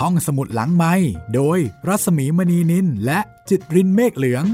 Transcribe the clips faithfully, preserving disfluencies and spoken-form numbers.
ห้องสมุดหลังไมค์โดยรัศมีมณีนินและจิตรินเมฆเหลือง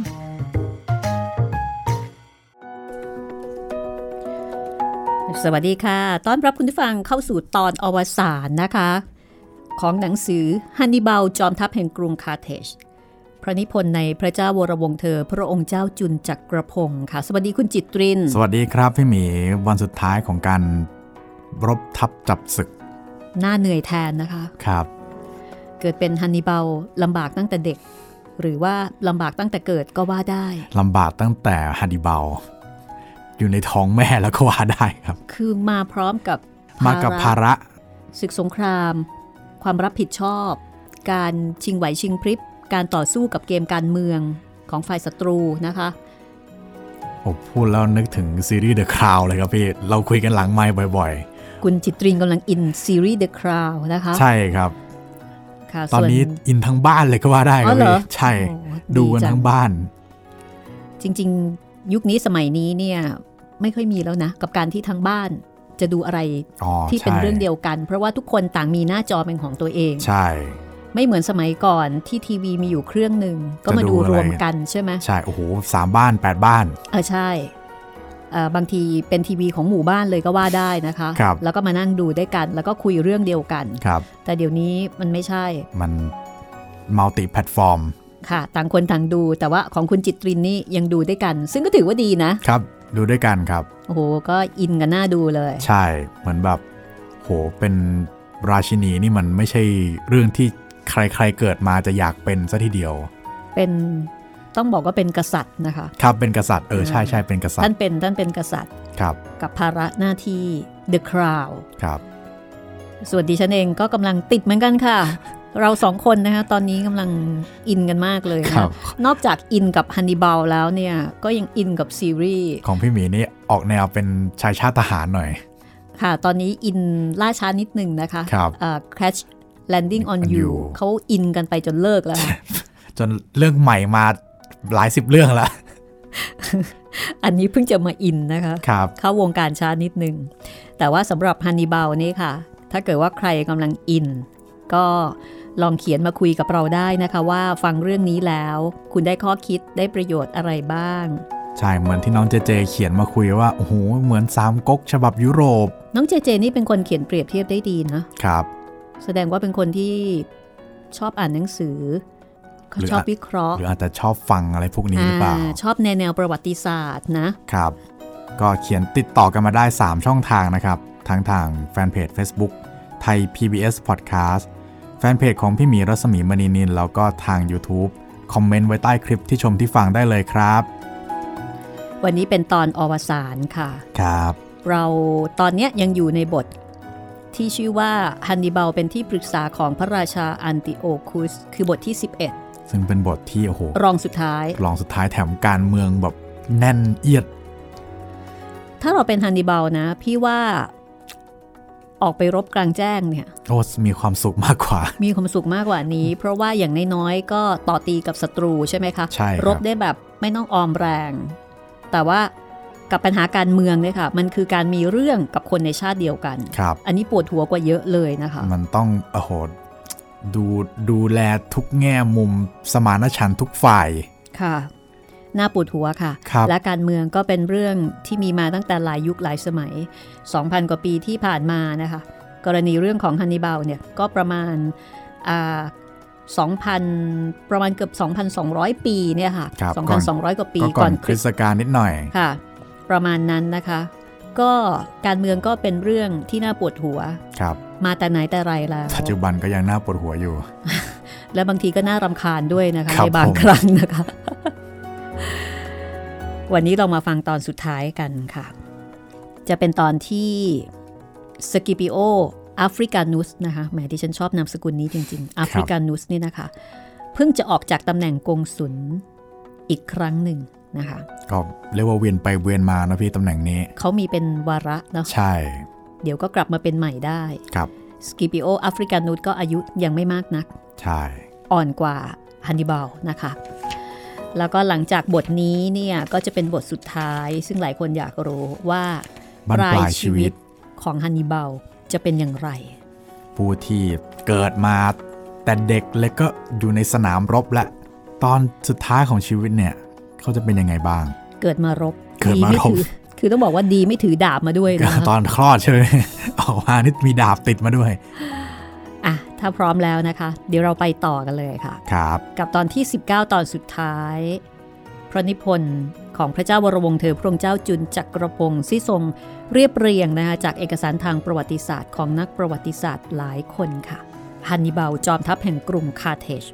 สวัสดีค่ะต้อนรับคุณผู้ฟังเข้าสู่ตอนอวสานนะคะของหนังสือฮันนิบาลจอมทัพแห่งกรุงคาร์เทจพระนิพนธ์ในพระเจ้าวรวงศ์เธอพระองค์เจ้าจุลจักรพงศ์ค่ะสวัสดีคุณจิตรินสวัสดีครับพี่หมีวันสุดท้ายของการรบทัพจับศึกน่าเหนื่อยแทนนะคะครับเกิดเป็นฮันนิบาลลำบากตั้งแต่เด็กหรือว่าลำบากตั้งแต่เกิดก็ว่าได้ลำบากตั้งแต่ฮันนิบาลอยู่ในท้องแม่แล้วก็ว่าได้ครับคือมาพร้อมกับมากับภาระศึกสงครามความรับผิดชอบการชิงไหวชิงพริบการต่อสู้กับเกมการเมืองของฝ่ายศัตรูนะคะโอ้พูดแล้วนึกถึงซีรีส์ The Crown เลยครับพี่เราคุยกันหลังไมค์บ่อยๆคุณจิตรินกำลังอินซีรีส์ The Crown นะคะใช่ครับตอนนี้อินทั้งบ้านเลยก็ว่าได้ครับพี่ใช่ดูกันทั้งบ้านจริงๆยุคนี้สมัยนี้เนี่ยไม่ค่อยมีแล้วนะกับการที่ทั้งบ้านจะดูอะไรที่เป็นเรื่องเดียวกันเพราะว่าทุกคนต่างมีหน้าจอเป็นของตัวเองใช่ไม่เหมือนสมัยก่อนที่ทีวีมีอยู่เครื่องหนึ่งก็มาดูรวมกันใช่ไหมใช่โอ้โหสามบ้านแปดบ้านเออใช่บางทีเป็นทีวีของหมู่บ้านเลยก็ว่าได้นะคะแล้วก็มานั่งดูด้วยกันแล้วก็คุยเรื่องเดียวกันแต่เดี๋ยวนี้มันไม่ใช่มันมัลติแพลตฟอร์มค่ะต่างคนต่างดูแต่ว่าของคุณจิตรินนี่ยังดูด้วยกันซึ่งก็ถือว่าดีนะครับดูด้วยกันครับโอ้โหก็อินกันน่าดูเลยใช่เหมือนแบบโหเป็นราชินีนี่มันไม่ใช่เรื่องที่ใครๆเกิดมาจะอยากเป็นซะทีเดียวเป็นต้องบอกว่าเป็นกษัตริย์นะคะครับเป็นกษัตริย์เออใช่ใช่เป็นกษัตริย์ท่านเป็นท่านเป็นกษัตริย์ครับกับภาระหน้าที่ The Crown ครับส่วนดิฉันเองก็กำลังติดเหมือนกันค่ะเราสองคนนะคะตอนนี้กำลังอินกันมากเลยนะนอกจากอินกับฮันนิบาลแล้วเนี่ยก็ยังอินกับซีรีส์ของพี่หมีนี่ออกแนวเป็นชายชาติทหารหน่อยค่ะตอนนี้อินล่าช้านิดนึงนะคะครับอ่า Crash Landing on You เขาอินกันไปจนเลิกแล้วจนเรื่องใหม่มาหลายสิบเรื่องแล้วอันนี้เพิ่งจะมาอินนะคะครับเข้าวงการช้านิดนึงแต่ว่าสำหรับฮันนิบาลนี่ค่ะถ้าเกิดว่าใครกำลังอินก็ลองเขียนมาคุยกับเราได้นะคะว่าฟังเรื่องนี้แล้วคุณได้ข้อคิดได้ประโยชน์อะไรบ้างใช่เหมือนที่น้องเจเจเขียนมาคุยว่าโอ้โหเหมือนสามก๊กฉบับยุโรปน้องเจเจนี่เป็นคนเขียนเปรียบเทียบได้ดีนะครับแสดงว่าเป็นคนที่ชอบอ่านหนังสือชอบวิเคราะห์หรืออาจจะชอบฟังอะไรพวกนี้หรือเปล่าชอบในแนวประวัติศาสตร์นะครับก็เขียนติดต่อกันมาได้สามช่องทางนะครับทั้งทางแฟนเพจ Facebook ไทย พี บี เอส Podcast แฟนเพจของพี่หมีรัศมีมณีนินแล้วก็ทาง YouTube คอมเมนต์ไว้ใต้คลิปที่ชมที่ฟังได้เลยครับวันนี้เป็นตอนอวสานค่ะครับเราตอนนี้ยังอยู่ในบทที่ชื่อว่าฮันนิบาลเป็นที่ปรึกษาของพระราชาอันติโอคุสคือบทที่สิบเอ็ดซึ่งเป็นบทที่โอ้โหรองสุดท้ายรองสุดท้ายแถมการเมืองแบบแน่นเอียดถ้าเราเป็นฮันนิบาลนะพี่ว่าออกไปรบกลางแจ้งเนี่ยโอ้มีความสุขมากกว่ามีความสุขมากกว่านี้เพราะว่าอย่างน้อยๆก็ต่อตีกับศัตรูใช่ไหมคะใช่รบได้แบบไม่ต้องออมแรงแต่ว่ากับปัญหาการเมืองเนี่ยค่ะมันคือการมีเรื่องกับคนในชาติเดียวกันครับอันนี้ปวดหัวกว่าเยอะเลยนะคะมันต้องโอ้โหดูดูแลทุกแง่มุมสมานฉันท์ทุกฝ่ายค่ะน่าปวดหัวค่ะและการเมืองก็เป็นเรื่องที่มีมาตั้งแต่หลายยุคหลายสมัย สองพัน กว่าปีที่ผ่านมานะคะกรณีเรื่องของฮันนิบาลเนี่ยก็ประมาณอ่าสองพัน ประมาณเกือบ สองพันสองร้อย ปีเนี่ยค่ะ สองพันสองร้อย กว่าปีก่อนคริสต์กาลนิดหน่อยค่ะประมาณนั้นนะคะก็การเมืองก็เป็นเรื่องที่น่าปวดหัวครับมาแต่ไหนแต่ไรแล้วปัจจุบันก็ยังน่าปวดหัวอยู่และบางทีก็น่ารำคาญด้วยนะคะในบางครั้งนะคะวันนี้เรามาฟังตอนสุดท้ายกันค่ะจะเป็นตอนที่สกิปิโอแอฟริกานุสนะคะแหมที่ฉันชอบนามสกุลนี้จริงๆแอฟริกานุสนี่นะคะเพิ่งจะออกจากตำแหน่งกงสุลอีกครั้งหนึ่งนะคะก็เรียกว่าเวียนไปเวียนมานะพี่ตำแหน่งนี้เขามีเป็นวาระเนาะใช่เดี๋ยวก็กลับมาเป็นใหม่ได้ครับสกิปิโอแอฟริกานุสก็อายุยังไม่มากนักใช่อ่อนกว่าฮันนิบาลนะคะแล้วก็หลังจากบทนี้เนี่ยก็จะเป็นบทสุดท้ายซึ่งหลายคนอยากรู้ว่าปลายชีวิตของฮันนิบาลจะเป็นอย่างไรผู้ที่เกิดมาแแต่เด็กเล็กก็อยู่ในสนามรบและตอนสุดท้ายของชีวิตเนี่ยเขาจะเป็นยังไงบ้างเกิดมารบเกิดมารบคือต้องบอกว่าดีไม่ถือดาบมาด้วยนะตอนคลอดใช่ไหมออกมานี่มีดาบติดมาด้วยอ่ะถ้าพร้อมแล้วนะคะเดี๋ยวเราไปต่อกันเลยค่ะครับกับตอนที่สิบเก้าตอนสุดท้ายพระนิพนธ์ของพระเจ้าวรวงศ์เธอพระองค์เจ้าจุลจักรพงศ์ที่ทรงเรียบเรียงนะคะจากเอกสารทางประวัติศาสตร์ของนักประวัติศาสตร์หลายคนค่ะฮันนิบาลจอมทัพแห่งกรุงคาร์เทจ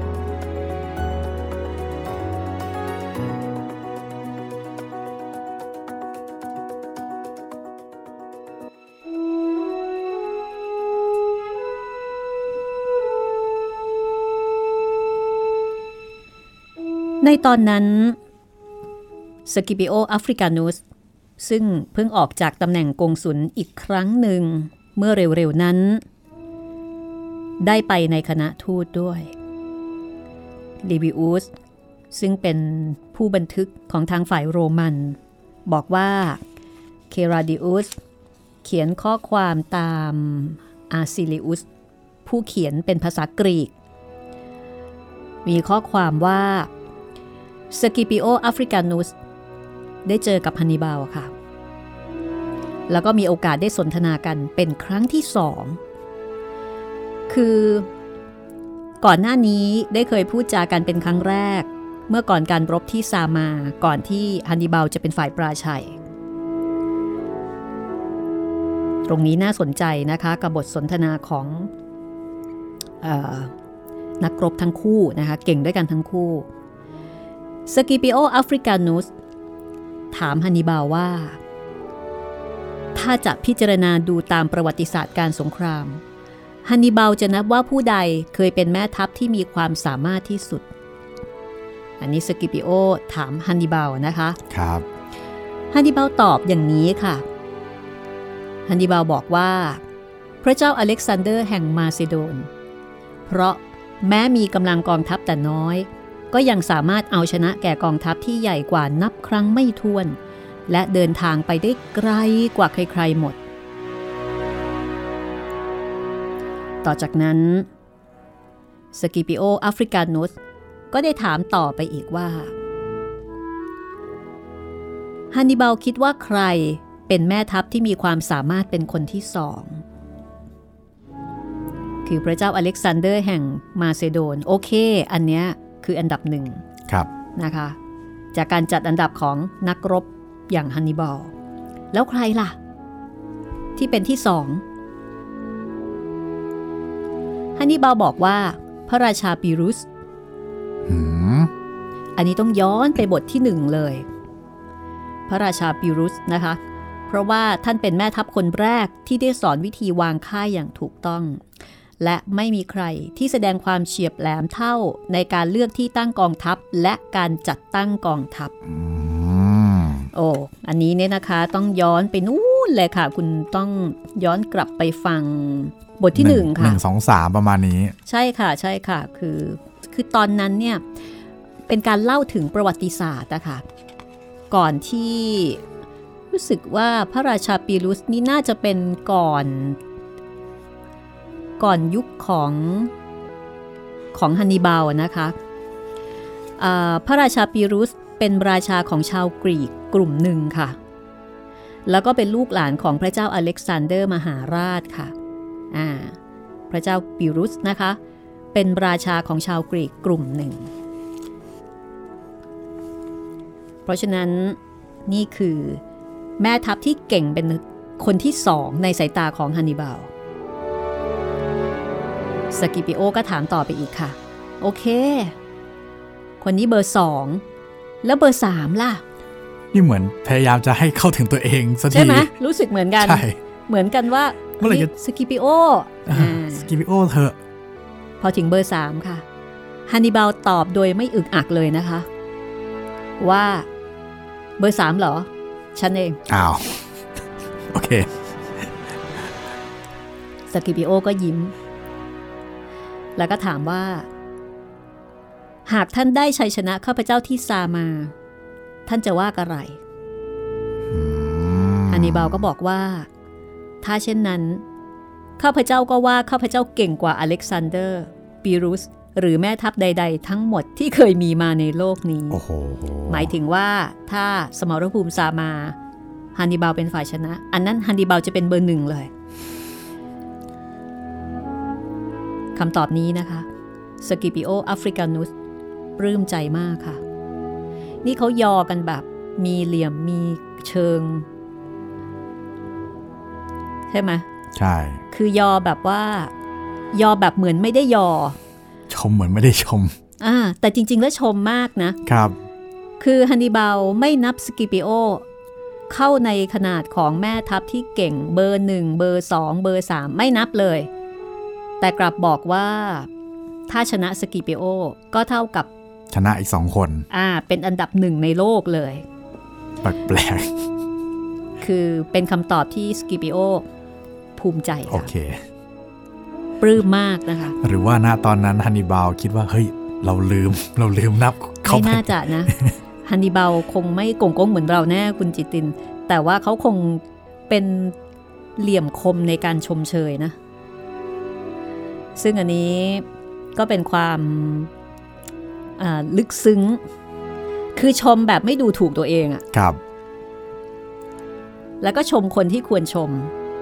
ในตอนนั้นสกิปิโอแอฟริกานุสซึ่งเพิ่งออกจากตำแหน่งกงสุลอีกครั้งหนึ่งเมื่อเร็วๆนั้นได้ไปในคณะทูตด้วยลิบิอุสซึ่งเป็นผู้บันทึกของทางฝ่ายโรมันบอกว่าเคราดิอุสเขียนข้อความตามอาซิลิอุสผู้เขียนเป็นภาษากรีกมีข้อความว่าสกิปิโอแอฟริกานุสได้เจอกับฮันนิบาลค่ะแล้วก็มีโอกาสได้สนทนากันเป็นครั้งที่สองคือก่อนหน้านี้ได้เคยพูดจากันเป็นครั้งแรกเมื่อก่อนการรบที่ซามาก่อนที่ฮันนิบาลจะเป็นฝ่ายปราชัยตรงนี้น่าสนใจนะคะกับบทสนทนาของเอ่อนักรบทั้งคู่นะคะเก่งด้วยกันทั้งคู่สกิปิโอแอฟริกานุสถามฮันนิบาลว่าถ้าจะพิจารณาดูตามประวัติศาสตร์การสงครามฮันนิบาลจะนับว่าผู้ใดเคยเป็นแม่ทัพที่มีความสามารถที่สุดอันนี้สกิปิโอถามฮันนิบาลนะคะครับฮันนิบาลตอบอย่างนี้ค่ะฮันนิบาลบอกว่าพระเจ้าอเล็กซานเดอร์แห่งมาซิโดนเพราะแม้มีกำลังกองทัพแต่น้อยก็ยังสามารถเอาชนะแก่กองทัพที่ใหญ่กว่านับครั้งไม่ถ้วนและเดินทางไปได้ไกลกว่าใครๆหมดต่อจากนั้นสกิปิโอแอฟริกานุสก็ได้ถามต่อไปอีกว่าฮันนิบาลคิดว่าใครเป็นแม่ทัพที่มีความสามารถเป็นคนที่สองคือพระเจ้าอเล็กซานเดอร์แห่งมาซิโดนโอเคอันเนี้ยคืออันดับหนึ่งนะคะจากการจัดอันดับของนักรบอย่างฮันนิบาลแล้วใครล่ะที่เป็นที่สองฮันนิบาลบอกว่าพระราชาปิรุสอันนี้ต้องย้อนไปบทที่หนึ่งเลยพระราชาปิรุสนะคะเพราะว่าท่านเป็นแม่ทัพคนแรกที่ได้สอนวิธีวางค่ายอย่างถูกต้องและไม่มีใครที่แสดงความเฉียบแหลมเท่าในการเลือกที่ตั้งกองทัพและการจัดตั้งกองทัพโอ้อันนี้เนี่ยนะคะต้องย้อนไปนู่นเลยค่ะคุณต้องย้อนกลับไปฟังบทที่หนึ่งค่ะหนึ่งสองสามประมาณนี้ใช่ค่ะใช่ค่ะคือคือตอนนั้นเนี่ยเป็นการเล่าถึงประวัติศาสตร์นะคะก่อนที่รู้สึกว่าพระราชาปิรุสนี่น่าจะเป็นก่อนก่อนยุคของของฮันนิบาลนะคะพระราชาปิรุสเป็นราชาของชาวกรีกกลุ่มหนึ่งค่ะแล้วก็เป็นลูกหลานของพระเจ้าอเล็กซานเดอร์มหาราชค่ะอ่าพระเจ้าปิรุสนะคะเป็นราชาของชาวกรีกกลุ่มหนึ่งเพราะฉะนั้นนี่คือแม่ทัพที่เก่งเป็นคนที่สองในสายตาของฮันนิบาลสกิปิโอก็ถามต่อไปอีกค่ะโอเคคนนี้เบอร์สองแล้วเบอร์สามล่ะนี่เหมือนพยายามจะให้เข้าถึงตัวเองสักทีใช่ไหมรู้สึกเหมือนกันใช่เหมือนกันว่าเมื่อไหร่จะสกิปิโอสกิปิโอเถอะพอถึงเบอร์สามค่ะฮันนิบาลตอบโดยไม่อึกอักเลยนะคะว่าเบอร์สามเหรอฉันเองอ้าวโอเคสกิปิโอก็ยิ้มแล้วก็ถามว่าหากท่านได้ชัยชนะข้าพเจ้าที่ซามาท่านจะว่าอะไรฮันนิบาลก็บอกว่าถ้าเช่นนั้นข้าพเจ้าก็ว่าข้าพเจ้าเก่งกว่าอเล็กซานเดอร์ปิรุสหรือแม่ทัพใดๆทั้งหมดที่เคยมีมาในโลกนี้โอ้โหหมายถึงว่าถ้าสมรภูมิซามาฮันนิบาลเป็นฝ่ายชนะอันนั้นฮันนิบาลจะเป็นเบอร์หนึ่งเลยคำตอบนี้นะคะสกิปิโอแอฟริกานุสปลื้มใจมากค่ะนี่เขายอกันแบบมีเหลี่ยมมีเชิงใช่ไหมใช่คือยอแบบว่ายอแบบเหมือนไม่ได้ยอชมเหมือนไม่ได้ชมอ่าแต่จริงๆแล้วชมมากนะครับคือฮันนิบาลไม่นับสกิปิโอเข้าในขนาดของแม่ทัพที่เก่งเบอร์หนึ่งเบอร์สองเบอร์สามไม่นับเลยแต่กลับบอกว่าถ้าชนะสกิปิโอก็เท่ากับชนะอีกสองคนอ่าเป็นอันดับหนึ่งในโลกเลยแปลกๆคือเป็นคำตอบที่สกิปิโอภูมิใจค่ะโอเคปลื้มมากนะคะหรือว่าณตอนนั้นฮันนิบาลคิดว่าเฮ้ยเราลืมเราลืมนับเขาไม่น่าจะนะฮันนิบาลคงไม่โกงก้งเหมือนเราแน่คุณจิตตินแต่ว่าเขาคงเป็นเหลี่ยมคมในการชมเชยนะซึ่งอันนี้ก็เป็นความลึกซึ้งคือชมแบบไม่ดูถูกตัวเองอะครับแล้วก็ชมคนที่ควรชม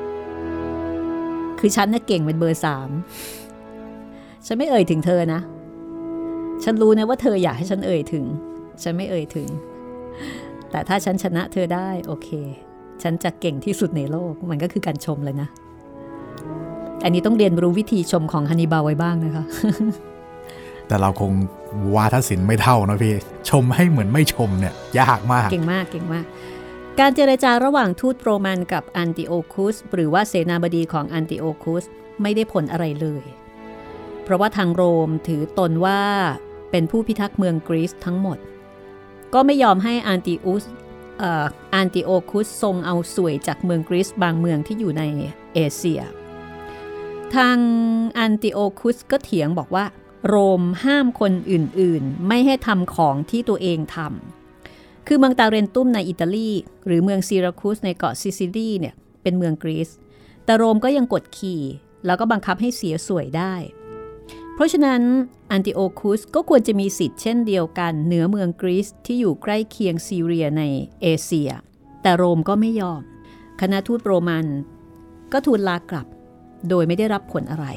คือฉันน่ะเก่งเป็นเบอร์สามฉันไม่เอ่ยถึงเธอนะฉันรู้นะว่าเธออยากให้ฉันเอ่ยถึงฉันไม่เอ่ยถึงแต่ถ้าฉันชนะเธอได้โอเคฉันจะเก่งที่สุดในโลกมันก็คือการชมเลยนะอันนี้ต้องเรียนรู้วิธีชมของฮันนิบาลไว้บ้างนะคะแต่เราคงวาทศิลป์ไม่เท่านะพี่ชมให้เหมือนไม่ชมเนี่ยยากมากเก่งมากเก่งมากการเจรจาระหว่างทูตโรมันกับอันติโอคุสหรือว่าเสนาบดีของอันติโอคุสไม่ได้ผลอะไรเลยเพราะว่าทางโรมถือตนว่าเป็นผู้พิทักษ์เมืองกรีซทั้งหมดก็ไม่ยอมให้อันติอุสเอ่ออันติโอคุสทรงเอาสวยจากเมืองกรีซบางเมืองที่อยู่ในเอเชียทางอันติโอคุสก็เถียงบอกว่าโรมห้ามคนอื่นๆไม่ให้ทำของที่ตัวเองทำคือเมืองตาเรนตุมในอิตาลีหรือเมืองซีราคูสในเกาะซิซิลีเนี่ยเป็นเมืองกรีซแต่โรมก็ยังกดขี่แล้วก็บังคับให้เสียสวยได้เพราะฉะนั้นอันติโอคุสก็ควรจะมีสิทธิ์เช่นเดียวกันเหนือเมืองกรีซที่อยู่ใกล้เคียงซีเรียในเอเชียแต่โรมก็ไม่ยอมคณะทูตโรมันก็ทูลลากลับโดยไม่ได้รับผลอะไร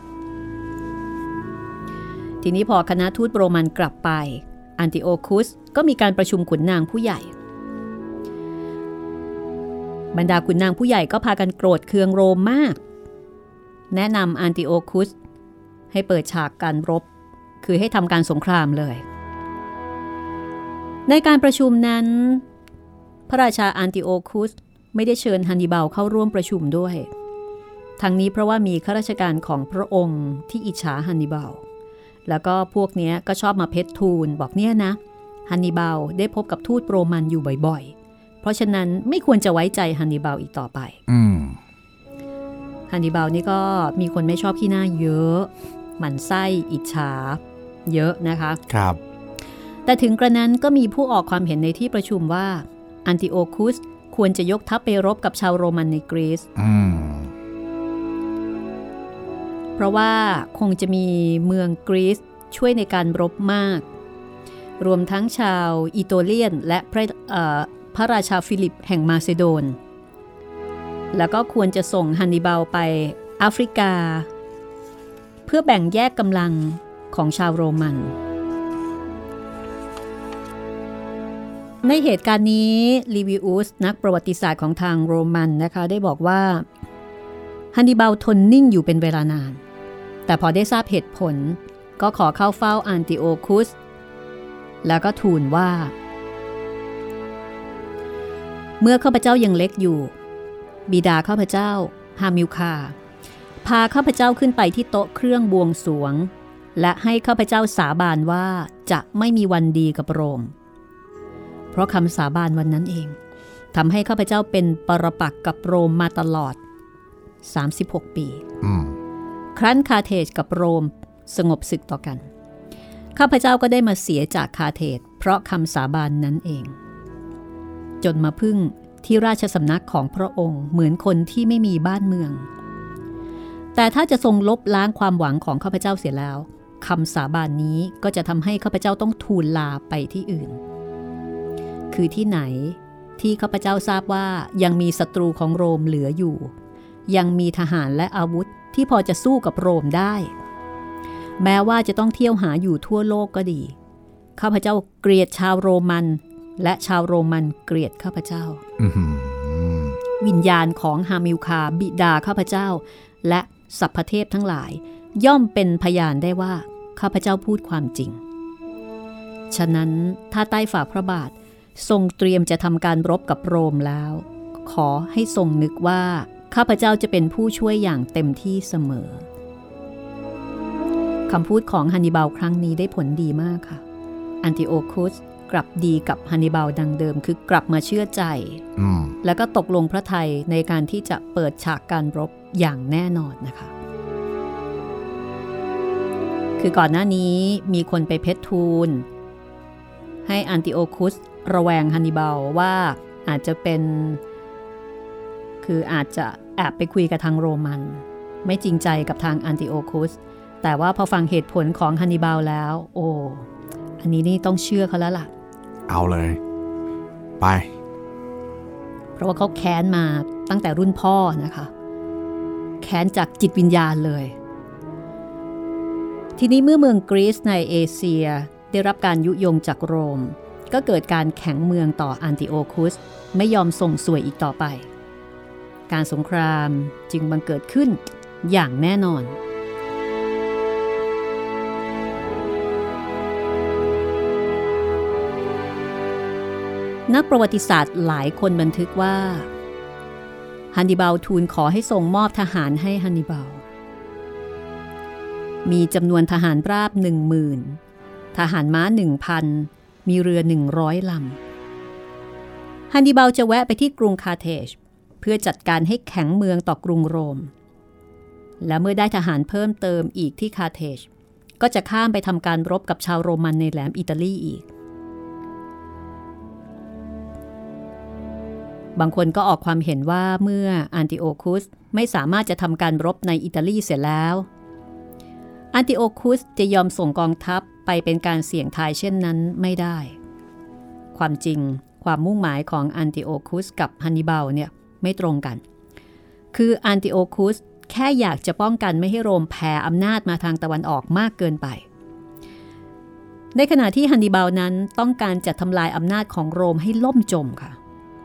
ทีนี้พอคณะทูตโรมันกลับไปอันติโอคุสก็มีการประชุมขุนนางผู้ใหญ่บรรดาขุนนางผู้ใหญ่ก็พากันโกรธเคืองโรมมากแนะนำอันติโอคุสให้เปิดฉากการรบคือให้ทำการสงครามเลยในการประชุมนั้นพระราชาอันติโอคุสไม่ได้เชิญฮันนิบาลเข้าร่วมประชุมด้วยทั้งนี้เพราะว่ามีข้าราชการของพระองค์ที่อิจฉาฮันนิบาลแล้วก็พวกนี้ก็ชอบมาเพชรทูลบอกเนี่ยนะฮันนิบาลได้พบกับทูตโรมันอยู่บ่อยๆเพราะฉะนั้นไม่ควรจะไว้ใจฮันนิบาลอีกต่อไปฮันนิบาลนี่ก็มีคนไม่ชอบขี้หน้าเยอะหมั่นไส้อิจฉาเยอะนะคะครับแต่ถึงกระนั้นก็มีผู้ออกความเห็นในที่ประชุมว่าอันติโอคุสควรจะยกทัพไปรบกับชาวโรมันในกรีซเพราะว่าคงจะมีเมืองกรีซช่วยในการรบมากรวมทั้งชาวอิโตเลียนและพระ, พระราชาฟิลิปแห่งมาซิโดนแล้วก็ควรจะส่งฮันนิบาลไปแอฟริกาเพื่อแบ่งแยกกำลังของชาวโรมันในเหตุการณ์นี้ลิวิอุสนักประวัติศาสตร์ของทางโรมันนะคะได้บอกว่าฮันนิบาลทนนิ่งอยู่เป็นเวลานานแต่พอได้ทราบเหตุผลก็ขอเข้าเฝ้าอันติโอคุสแล้วก็ทูลว่าเมื่อข้าพเจ้ายังเล็กอยู่บิดาข้าพเจ้าฮามิลคาพาข้าพเจ้าขึ้นไปที่โต๊ะเครื่องบวงสรวงและให้ข้าพเจ้าสาบานว่าจะไม่มีวันดีกับโรมเพราะคำสาบานวันนั้นเองทำให้ข้าพเจ้าเป็นปรปักษ์กับโรมมาตลอดสามสิบหกปีครั้นคาร์เทจกับโรมสงบศึกต่อกันข้าพเจ้าก็ได้มาเสียจากคาร์เทจเพราะคำสาบานนั้นเองจนมาพึ่งที่ราชสำนักของพระองค์เหมือนคนที่ไม่มีบ้านเมืองแต่ถ้าจะทรงลบล้างความหวังของข้าพเจ้าเสียแล้วคำสาบานนี้ก็จะทำให้ข้าพเจ้าต้องทูลลาไปที่อื่นคือที่ไหนที่ข้าพเจ้าทราบว่ายังมีศัตรูของโรมเหลืออยู่ยังมีทหารและอาวุธที่พอจะสู้กับโรมได้แม้ว่าจะต้องเที่ยวหาอยู่ทั่วโลกก็ดีข้าพเจ้าเกลียดชาวโรมันและชาวโรมันเกลียดข้าพเจ้า วิญญาณของฮามิลคาบิดาข้าพเจ้าและสัพพเทพทั้งหลายย่อมเป็นพยานได้ว่าข้าพเจ้าพูดความจริงฉะนั้นถ้าใต้ฝ่าพระบาททรงเตรียมจะทำการรบกับโรมแล้วขอให้ทรงนึกว่าข้าพเจ้าจะเป็นผู้ช่วยอย่างเต็มที่เสมอคำพูดของฮันนิบาลครั้งนี้ได้ผลดีมากค่ะอันติโอคุสกลับดีกับฮันนิบาลดังเดิมคือกลับมาเชื่อใจแล้วก็ตกลงพระทัยในการที่จะเปิดฉากการรบอย่างแน่นอนนะคะคือก่อนหน้านี้มีคนไปเพชรทูลให้อันติโอคุสระแวงฮันนิบาลว่าอาจจะเป็นคืออาจจะแอบไปคุยกับทางโรมันไม่จริงใจกับทางอันติโอคุสแต่ว่าพอฟังเหตุผลของฮันนิบาลแล้วโอ้อันนี้นี่ต้องเชื่อเขาแล้วล่ะเอาเลยไปเพราะว่าเขาแค้นมาตั้งแต่รุ่นพ่อนะคะแค้นจากจิตวิญญาณเลยทีนี้เมื่อเมืองกรีซในเอเชียได้รับการยุยงจากโรมก็เกิดการแข็งเมืองต่ออันติโอคุสไม่ยอมส่งสวยอีกต่อไปการสงครามจึงบังเกิดขึ้นอย่างแน่นอนนักประวัติศาสตร์หลายคนบันทึกว่าฮันนิบาลทูลขอให้ส่งมอบทหารให้ฮันนิบาลมีจำนวนทหารราบหนึ่งหมื่นทหารม้าหนึ่งพันมีเรือหนึ่งร้อยลำฮันนิบาลจะแวะไปที่กรุงคาร์เทจเพื่อจัดการให้แข็งเมืองต่อกรุงโรมและเมื่อได้ทหารเพิ่มเติมอีกที่คาร์เทจก็จะข้ามไปทำการรบกับชาวโรมันในแหลมอิตาลีอีกบางคนก็ออกความเห็นว่าเมื่ออันติโอคุสไม่สามารถจะทำการรบในอิตาลีเสร็จแล้วอันติโอคุสจะยอมส่งกองทัพไปเป็นการเสี่ยงทายเช่นนั้นไม่ได้ความจริงความมุ่งหมายของอันติโอคุสกับฮันนิบาลเนี่ยไม่ตรงกันคืออันติโอคุสแค่อยากจะป้องกันไม่ให้โรมแผ่อำนาจมาทางตะวันออกมากเกินไปในขณะที่ฮันนิบาลนั้นต้องการจะทำลายอำนาจของโรมให้ล่มจมค่ะ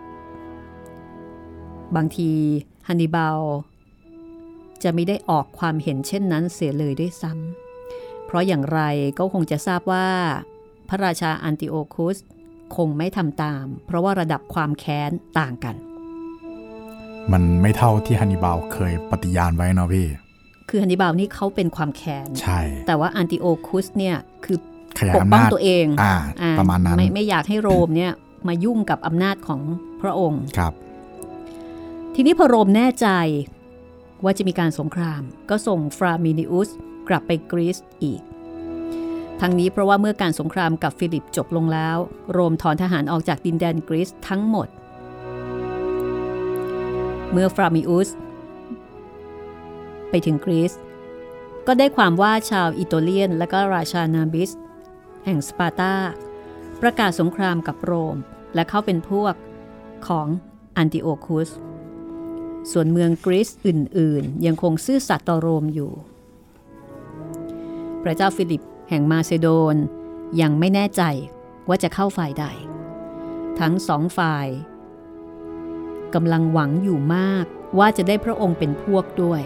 บางทีฮันนิบาลจะไม่ได้ออกความเห็นเช่นนั้นเสียเลยด้วยซ้ำเพราะอย่างไรก็คงจะทราบว่าพระราชาอันติโอคุสคงไม่ทำตามเพราะว่าระดับความแค้นต่างกันมันไม่เท่าที่ฮันนิบาลเคยปฏิญาณไว้เนาะพี่คือฮันนิบาลนี่เขาเป็นความแค้นใช่แต่ว่าอันติโอคุสเนี่ยคือปกป้องตัวเองอ่าประมาณนั้นไม่ไม่อยากให้โรมเนี่ยมายุ่งกับอำนาจของพระองค์ครับทีนี้พอโรมแน่ใจว่าจะมีการสงครามก็ส่งฟรามินิอุสกลับไปกรีซอีกทั้งนี้เพราะว่าเมื่อการสงครามกับฟิลิปจบลงแล้วโรมถอนทหารออกจากดินแดนกรีซทั้งหมดเมื่อฟรามิอุสไปถึงกรีซก็ได้ความว่าชาวอิโตเลียนและก็ราชานาบิสแห่งสปาร์ตาประกาศสงครามกับโรมและเข้าเป็นพวกของอันติโอคุสส่วนเมืองกรีซอื่นๆยังคงซื่อสัตย์ต่อโรมอยู่พระเจ้าฟิลิปแห่งมาซิโดนยังไม่แน่ใจว่าจะเข้าฝ่ายใดทั้งสองฝ่ายกำลังหวังอยู่มากว่าจะได้พระองค์เป็นพวกด้วย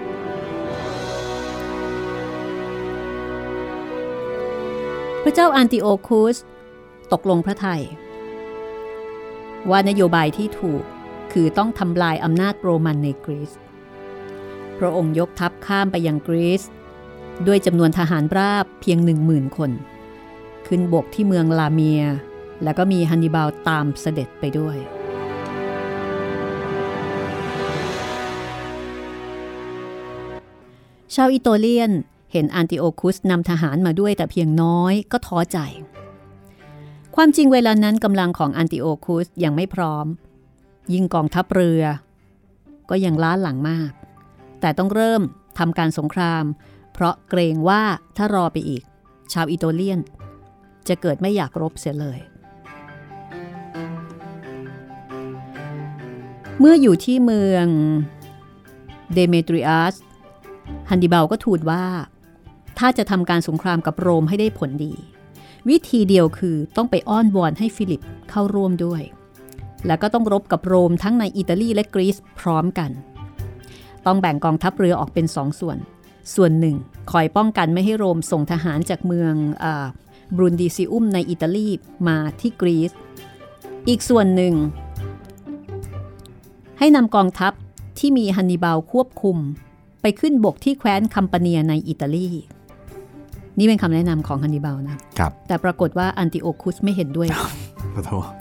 พระเจ้าอันติโอคุสตกลงพระทัยว่านโยบายที่ถูกคือต้องทำลายอำนาจโรมันในกรีซพระองค์ยกทัพข้ามไปยังกรีซด้วยจำนวนทหารราบเพียงหนึ่งหมื่นคนขึ้นบกที่เมืองลาเมียแล้วก็มีฮันนิบาลตามเสด็จไปด้วยชาวอิโตเลียนเห็นอันติโอคุสนำทหารมาด้วยแต่เพียงน้อยก็ท้อใจความจริงเวลานั้นกำลังของอันติโอคุสยังไม่พร้อมยิ่งกองทัพเรือก็ยังล้าหลังมากแต่ต้องเริ่มทำการสงครามเพราะเกรงว่าถ้ารอไปอีกชาวอิโตเลียนจะเกิดไม่อยากรบเสียเลยเมื่ออยู่ที่เมืองเดเมตริอัสฮันนิบาลก็ทูลว่าถ้าจะทำการสงครามกับโรมให้ได้ผลดีวิธีเดียวคือต้องไปอ้อนวอนให้ฟิลิปเข้าร่วมด้วยแล้วก็ต้องรบกับโรมทั้งในอิตาลีและกรีซพร้อมกันต้องแบ่งกองทัพเรือออกเป็นสองส่วนส่วนหนึ่งคอยป้องกันไม่ให้โรมส่งทหารจากเมืองบรูนดิซิอุมในอิตาลีมาที่กรีซอีกส่วนหนึ่งให้นำกองทัพที่มีฮันนิบาลควบคุมไปขึ้นบกที่แคว้นคัมปาเนียในอิตาลีนี่เป็นคำแนะนำของฮันนิบาลนะครับแต่ปรากฏว่าอันติโอคุสไม่เห็นด้วยขอโทษ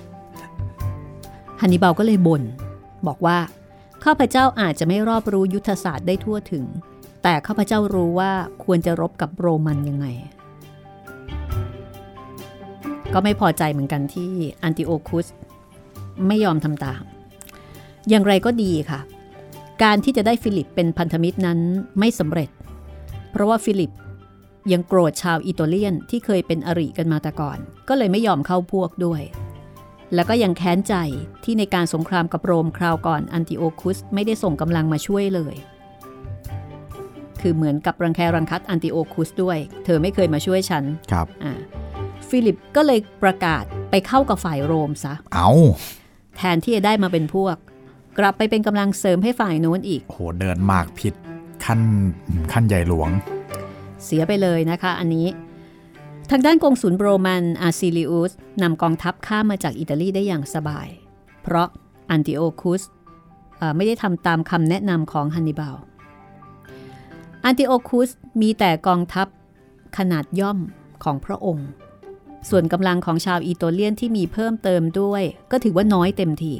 ฮันนิบาลก็เลยบ่นบอกว่าข้าพเจ้าอาจจะไม่รอบรู้ยุทธศาสตร์ได้ทั่วถึงแต่ข้าพเจ้ารู้ว่าควรจะรบกับโรมันยังไงก็ไม่พอใจเหมือนกันที่อันติโอคุสไม่ยอมทำตามอย่างไรก็ดีค่ะการที่จะได้ฟิลิปเป็นพันธมิตรนั้นไม่สำเร็จเพราะว่าฟิลิปยังโกรธชาวอิโตเลียนที่เคยเป็นอริกันมาแต่ก่อนก็เลยไม่ยอมเข้าพวกด้วยแล้วก็ยังแค้นใจที่ในการสงครามกับโรมคราวก่อนอันติโอคุสไม่ได้ส่งกำลังมาช่วยเลยคือเหมือนกับรังแครังคัดอันติโอคุสด้วยเธอไม่เคยมาช่วยฉันครับอ่าฟิลิปก็เลยประกาศไปเข้ากับฝ่ายโรมซะเอาแทนที่จะได้มาเป็นพวกกลับไปเป็นกำลังเสริมให้ฝ่ายโน้นอีกโหเดินมากผิดขั้นขั้นใหญ่หลวงเสียไปเลยนะคะอันนี้ทางด้านกงสุลโรมันอาซิลิอุสนำกองทัพข้ามมาจากอิตาลีได้อย่างสบายเพราะอันติโอคุสไม่ได้ทำตามคำแนะนำของฮันนิบาลอันติโอคุสมีแต่กองทัพขนาดย่อมของพระองค์ส่วนกำลังของชาวอิโตเลียนที่มีเพิ่มเติมด้วยก็ถือว่าน้อยเต็มที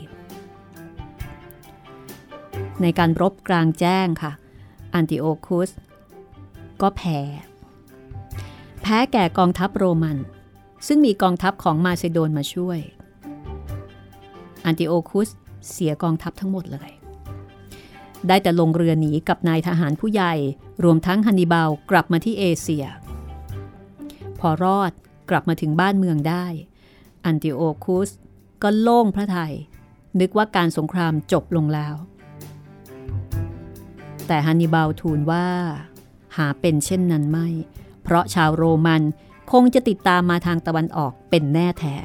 ในการรบกลางแจ้งค่ะอันติโอคุสก็แพ้แพ้แก่กองทัพโรมันซึ่งมีกองทัพของมาซิโดนมาช่วยอันติโอคุสเสียกองทัพทั้งหมดเลยได้แต่ลงเรือหนีกับนายทหารผู้ใหญ่รวมทั้งฮันนิบาลกลับมาที่เอเชียพอรอดกลับมาถึงบ้านเมืองได้อันติโอคุสก็โล่งพระทัยนึกว่าการสงครามจบลงแล้วแต่ฮันนิบาลทูลว่าหาเป็นเช่นนั้นไม่เพราะชาวโรมันคงจะติดตามมาทางตะวันออกเป็นแน่แท้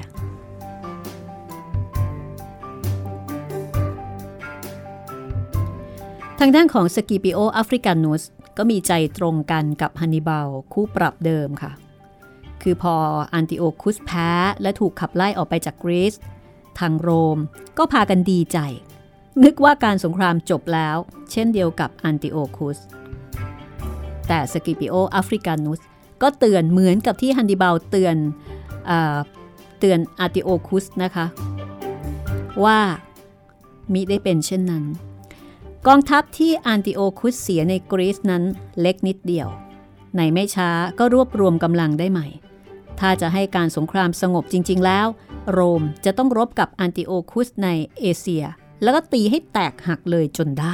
ทางด้านของสกิปิโอแอฟริกานุสก็มีใจตรงกันกับฮันนิบาลคู่ปรับเดิมค่ะคือพออันติโอคุสแพ้และถูกขับไล่ออกไปจากกรีซทางโรมก็พากันดีใจนึกว่าการสงครามจบแล้วเช่นเดียวกับอันติโอคุสแต่สกิปิโอแอฟริกานุสก็เตือนเหมือนกับที่ฮันนิบาลเตือนเอ่อเตือนอันติโอคุสนะคะว่ามิได้เป็นเช่นนั้นกองทัพที่อันติโอคุสเสียในกรีซนั้นเล็กนิดเดียวในไม่ช้าก็รวบรวมกำลังได้ใหม่ถ้าจะให้การสงครามสงบจริงๆแล้วโรมจะต้องรบกับอันติโอคุสในเอเชียแล้วก็ตีให้แตกหักเลยจนได้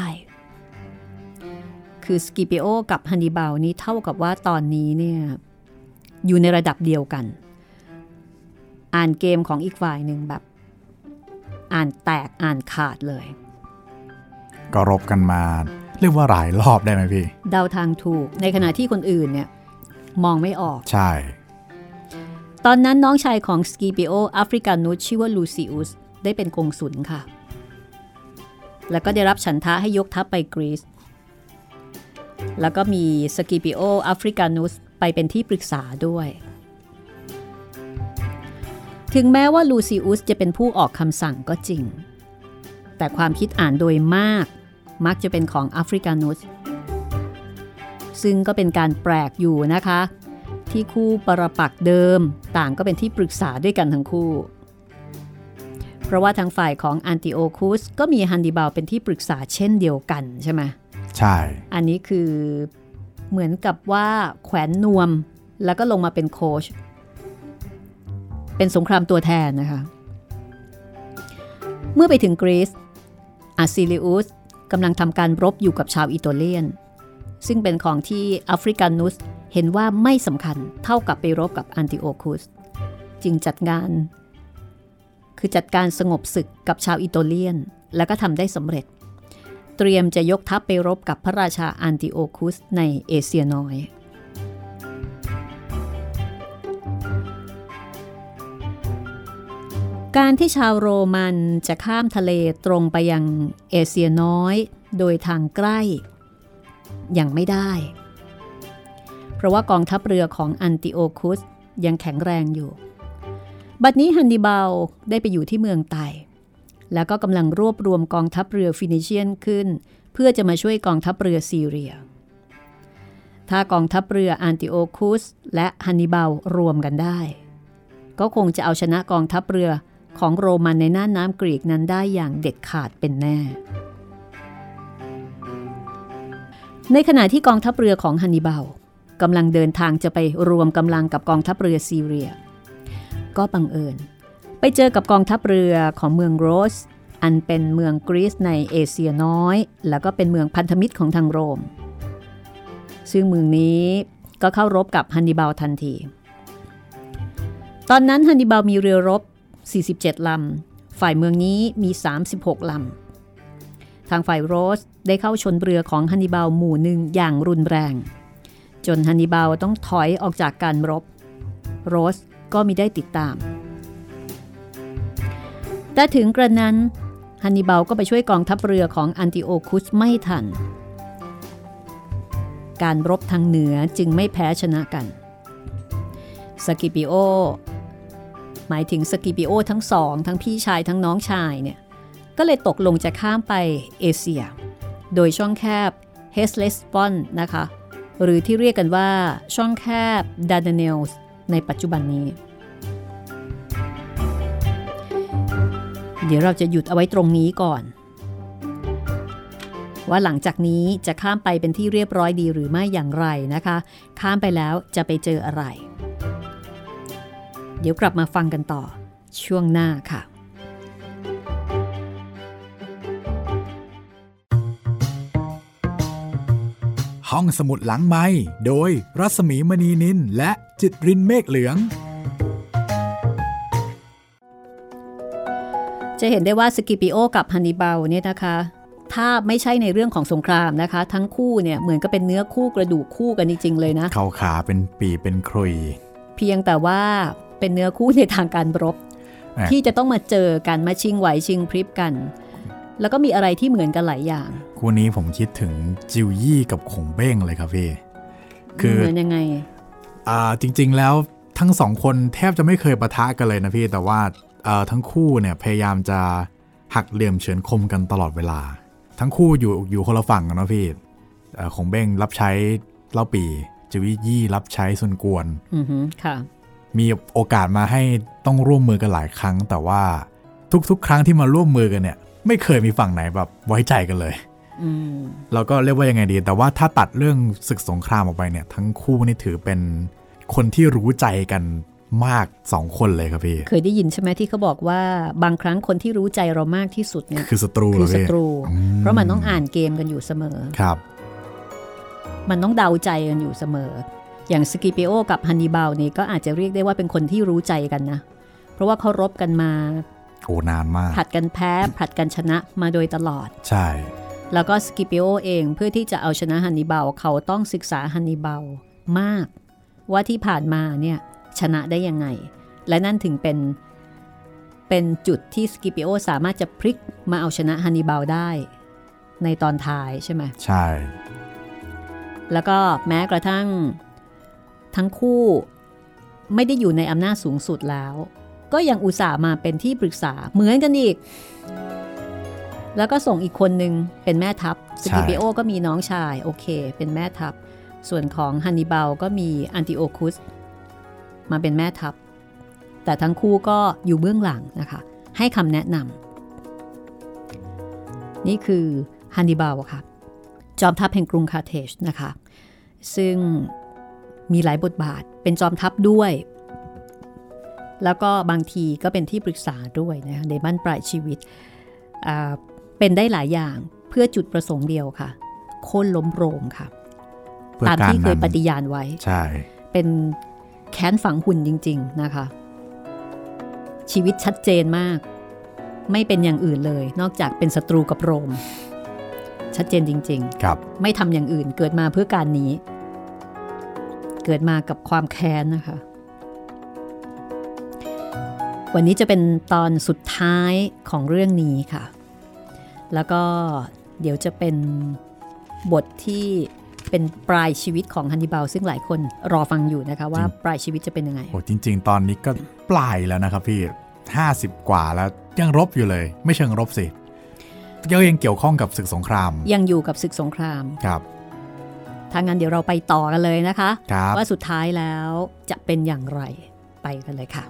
คือสกิปิโอกับฮันนิบาลนี้เท่ากับว่าตอนนี้เนี่ยอยู่ในระดับเดียวกันอ่านเกมของอีกฝ่ายหนึ่งแบบอ่านแตกอ่านขาดเลยก็รบกันมาเรียกว่าหลายรอบได้ไหมพี่เดาทางถูกในขณะที่คนอื่นเนี่ยมองไม่ออกใช่ตอนนั้นน้องชายของสกิปิโอแอฟริกานุสชื่อว่าลูซิอุสได้เป็นกงสุลค่ะแล้วก็ได้รับฉันทะให้ยกทัพไปกรีซแล้วก็มีสกิปิโอแอฟริกานุสไปเป็นที่ปรึกษาด้วยถึงแม้ว่าลูซิอุสจะเป็นผู้ออกคำสั่งก็จริงแต่ความคิดอ่านโดยมากมักจะเป็นของแอฟริกานุสซึ่งก็เป็นการแปลกอยู่นะคะที่คู่ปรปักษ์เดิมต่างก็เป็นที่ปรึกษาด้วยกันทั้งคู่เพราะว่าทางฝ่ายของอันติโอคุสก็มีฮันนิบาลเป็นที่ปรึกษาเช่นเดียวกันใช่ไหมใช่อันนี้คือเหมือนกับว่าแขวนนวมแล้วก็ลงมาเป็นโค้ชเป็นสงครามตัวแทนนะคะเมื่อไปถึงกรีซอาซิลิอุสกำลังทำการรบอยู่กับชาวอิโตเลียนซึ่งเป็นของที่อัฟริกันุสเห็นว่าไม่สำคัญเท่ากับไปรบกับอันติโอคุสจึงจัดงานคือจัดการสงบศึกกับชาวอิโตเลียนแล้วก็ทำได้สำเร็จเตรียมจะยกทัพไปรบกับพระราชาอันติโอคุสในเอเชียน้อยการที่ชาวโรมันจะข้ามทะเลตรงไปยังเอเชียน้อยโดยทางใกล้ยังไม่ได้เพราะว่ากองทัพเรือของอันติโอคุสยังแข็งแรงอยู่บัดนี้ฮันนิบาลได้ไปอยู่ที่เมืองไตแล้วก็กำลังรวบรวมกองทัพเรือฟินิเชียนขึ้นเพื่อจะมาช่วยกองทัพเรือซีเรียถ้ากองทัพเรืออันติโอคุสและฮันนิบาลรวมกันได้ก็คงจะเอาชนะกองทัพเรือของโรมันในน่านน้ำกรีกนั้นได้อย่างเด็ดขาดเป็นแน่ในขณะที่กองทัพเรือของฮันนิบาลกำลังเดินทางจะไปรวมกำลังกับกองทัพเรือซีเรียก็บังเอิญไปเจอกับกองทัพเรือของเมืองโรสอันเป็นเมืองกรีซในเอเชียน้อยแล้วก็เป็นเมืองพันธมิตรของทางโรมซึ่งเมืองนี้ก็เข้ารบกับฮันนิบาลทันทีตอนนั้นฮันนิบาลมีเรือรบสี่สิบเจ็ดลำฝ่ายเมืองนี้มีสามสิบหกลำทางฝ่ายโรสได้เข้าชนเรือของฮันนิบาลหมู่หนึ่งอย่างรุนแรงจนฮันนิบาลต้องถอยออกจากการรบโรสก็มิได้ติดตามแต่ถึงกระนั้นฮันนิบาลก็ไปช่วยกองทัพเรือของอันติโอคุสไม่ทันการรบทางเหนือจึงไม่แพ้ชนะกันสกิปิโอหมายถึงสกิปิโอทั้งสองทั้งพี่ชายทั้งน้องชายเนี่ยก็เลยตกลงจะข้ามไปเอเชียโดยช่องแคบเฮสเลสปอนนะคะหรือที่เรียกกันว่าช่องแคบดาร์ดาเนลส์ในปัจจุบันนี้เดี๋ยวเราจะหยุดเอาไว้ตรงนี้ก่อนว่าหลังจากนี้จะข้ามไปเป็นที่เรียบร้อยดีหรือไม่อย่างไรนะคะข้ามไปแล้วจะไปเจออะไรเดี๋ยวกลับมาฟังกันต่อช่วงหน้าค่ะห้องสมุดหลังไมค์โดยรัศมีมณีนินและจิตรินเมฆเหลืองจะเห็นได้ว่าสกิปิโอกับฮันนิบาลเนี่ยนะคะถ้าไม่ใช่ในเรื่องของสงครามนะคะทั้งคู่เนี่ยเหมือนกับเป็นเนื้อคู่กระดูกคู่กันจริงๆเลยนะเขาขาเป็นปีเป็นครุยเพียงแต่ว่าเป็นเนื้อคู่ในทางการรบที่จะต้องมาเจอกันมาชิงไหวชิงพริบกันแล้วก็มีอะไรที่เหมือนกันหลายอย่างคู่นี้ผมคิดถึงจิวยี่กับขงเบ้งเลยครับพี่คือเหมือนยังไงอ่าจริงๆแล้วทั้งสองคนแทบจะไม่เคยปะทะกันเลยนะพี่แต่ว่าทั้งคู่เนี่ยพยายามจะหักเหลี่ยมเฉือนคมกันตลอดเวลาทั้งคู่อยู่อยู่คนละฝั่งกันนะพี่ขงเบ้งรับใช้เล่าปีจิวยี่รับใช้ซุนกวนอือฮึค่ะมีโอกาสมาให้ต้องร่วมมือกันหลายครั้งแต่ว่าทุกๆครั้งที่มาร่วมมือกันเนี่ยไม่เคยมีฝั่งไหนแบบไว้ใจกันเลยเราก็เรียกว่ายังไงดีแต่ว่าถ้าตัดเรื่องศึกสงครามออกไปเนี่ยทั้งคู่นี่ถือเป็นคนที่รู้ใจกันมากสองคนเลยครับพี่เคยได้ยินใช่ไหมที่เขาบอกว่าบางครั้งคนที่รู้ใจเรามากที่สุดเนี่ยคือศัตรูคือศัตรูเพราะมันต้องอ่านเกมกันอยู่เสมอครับมันต้องเดาใจกันอยู่เสมออย่างสกิปิโอกับฮันนิบาลนี่ก็อาจจะเรียกได้ว่าเป็นคนที่รู้ใจกันนะเพราะว่าเขารบกันมาโอ้นานมากผลัดกันแพ้ผลัดกันชนะมาโดยตลอดใช่แล้วก็สกิปิโอเองเพื่อที่จะเอาชนะฮันนิบาลเขาต้องศึกษาฮันนิบาลมากว่าที่ผ่านมาเนี่ยชนะได้ยังไงและนั่นถึงเป็นเป็นจุดที่สกิปิโอสามารถจะพลิกมาเอาชนะฮันนิบาลได้ในตอนท้ายใช่ไหมใช่แล้วก็แม้กระทั่งทั้งคู่ไม่ได้อยู่ในอำนาจสูงสุดแล้วก็ยังอุตส่าห์มาเป็นที่ปรึกษาเหมือนกันอีกแล้วก็ส่งอีกคนนึงเป็นแม่ทัพสกิปิโอก็มีน้องชายโอเคเป็นแม่ทัพส่วนของฮันนิบาลก็มีอันติโอคุสมาเป็นแม่ทัพแต่ทั้งคู่ก็อยู่เบื้องหลังนะคะให้คำแนะนำนี่คือฮันนิบาลค่ะจอมทัพแห่งกรุงคาร์เทจนะคะซึ่งมีหลายบทบาทเป็นจอมทัพด้วยแล้วก็บางทีก็เป็นที่ปรึกษาด้วยนะคะในบั้นปลายชีวิตเป็นได้หลายอย่างเพื่อจุดประสงค์เดียวค่ะโค่นล้มโรมค่ะตามที่เคยปฏิญาณไว้ใช่เป็นแค้นฝังหุ่นจริงๆนะคะชีวิตชัดเจนมากไม่เป็นอย่างอื่นเลยนอกจากเป็นศัตรูกับโรมชัดเจนจริงๆครับไม่ทำอย่างอื่นเกิดมาเพื่อการนี้เกิดมากับความแค้นนะคะวันนี้จะเป็นตอนสุดท้ายของเรื่องนี้ค่ะแล้วก็เดี๋ยวจะเป็นบทที่เป็นปลายชีวิตของฮันนิบาลซึ่งหลายคนรอฟังอยู่นะคะว่าปลายชีวิตจะเป็นยังไงโอ้จริงๆตอนนี้ก็ปลายแล้วนะครับพี่ห้าสิบกว่าแล้วยังรบอยู่เลยไม่เชิงรบสิยังยังเกี่ยวข้องกับศึกสงครามยังอยู่กับศึกสงครามครับถ้างั้นเดี๋ยวเราไปต่อกันเลยนะคะว่าสุดท้ายแล้วจะเป็นอย่างไรไปกันเลยค่ะ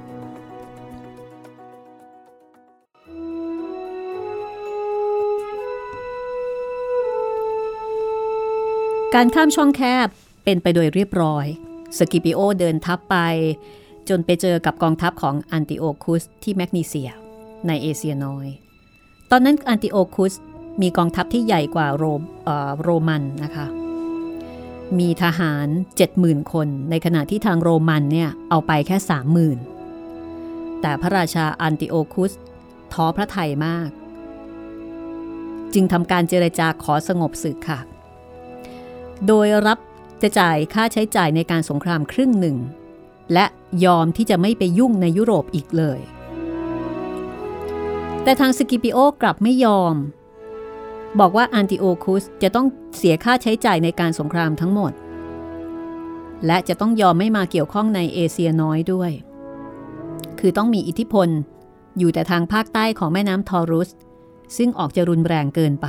การข้ามช่องแคบเป็นไปโดยเรียบร้อยสกิปิโอเดินทัพไปจนไปเจอกับกองทัพของอันติโอคุสที่แมกนีเซียในเอเชียน้อยตอนนั้นอันติโอคุสมีกองทัพที่ใหญ่กว่าโรมเอ่อโรมันนะคะมีทหาร เจ็ดหมื่น คนในขณะที่ทางโรมันเนี่ยเอาไปแค่ สามหมื่น แต่พระราชาอันติโอคุสท้อพระทัยมากจึงทำการเจรจาขอสงบศึกค่ะโดยรับจะจ่ายค่าใช้จ่ายในการสงครามครึ่งหนึ่งและยอมที่จะไม่ไปยุ่งในยุโรปอีกเลยแต่ทางสกิปิโอกลับไม่ยอมบอกว่าอันติโอคุสจะต้องเสียค่าใช้จ่ายในการสงครามทั้งหมดและจะต้องยอมไม่มาเกี่ยวข้องในเอเชียน้อยด้วยคือต้องมีอิทธิพลอยู่แต่ทางภาคใต้ของแม่น้ำทอรุสซึ่งออกจะรุนแรงเกินไป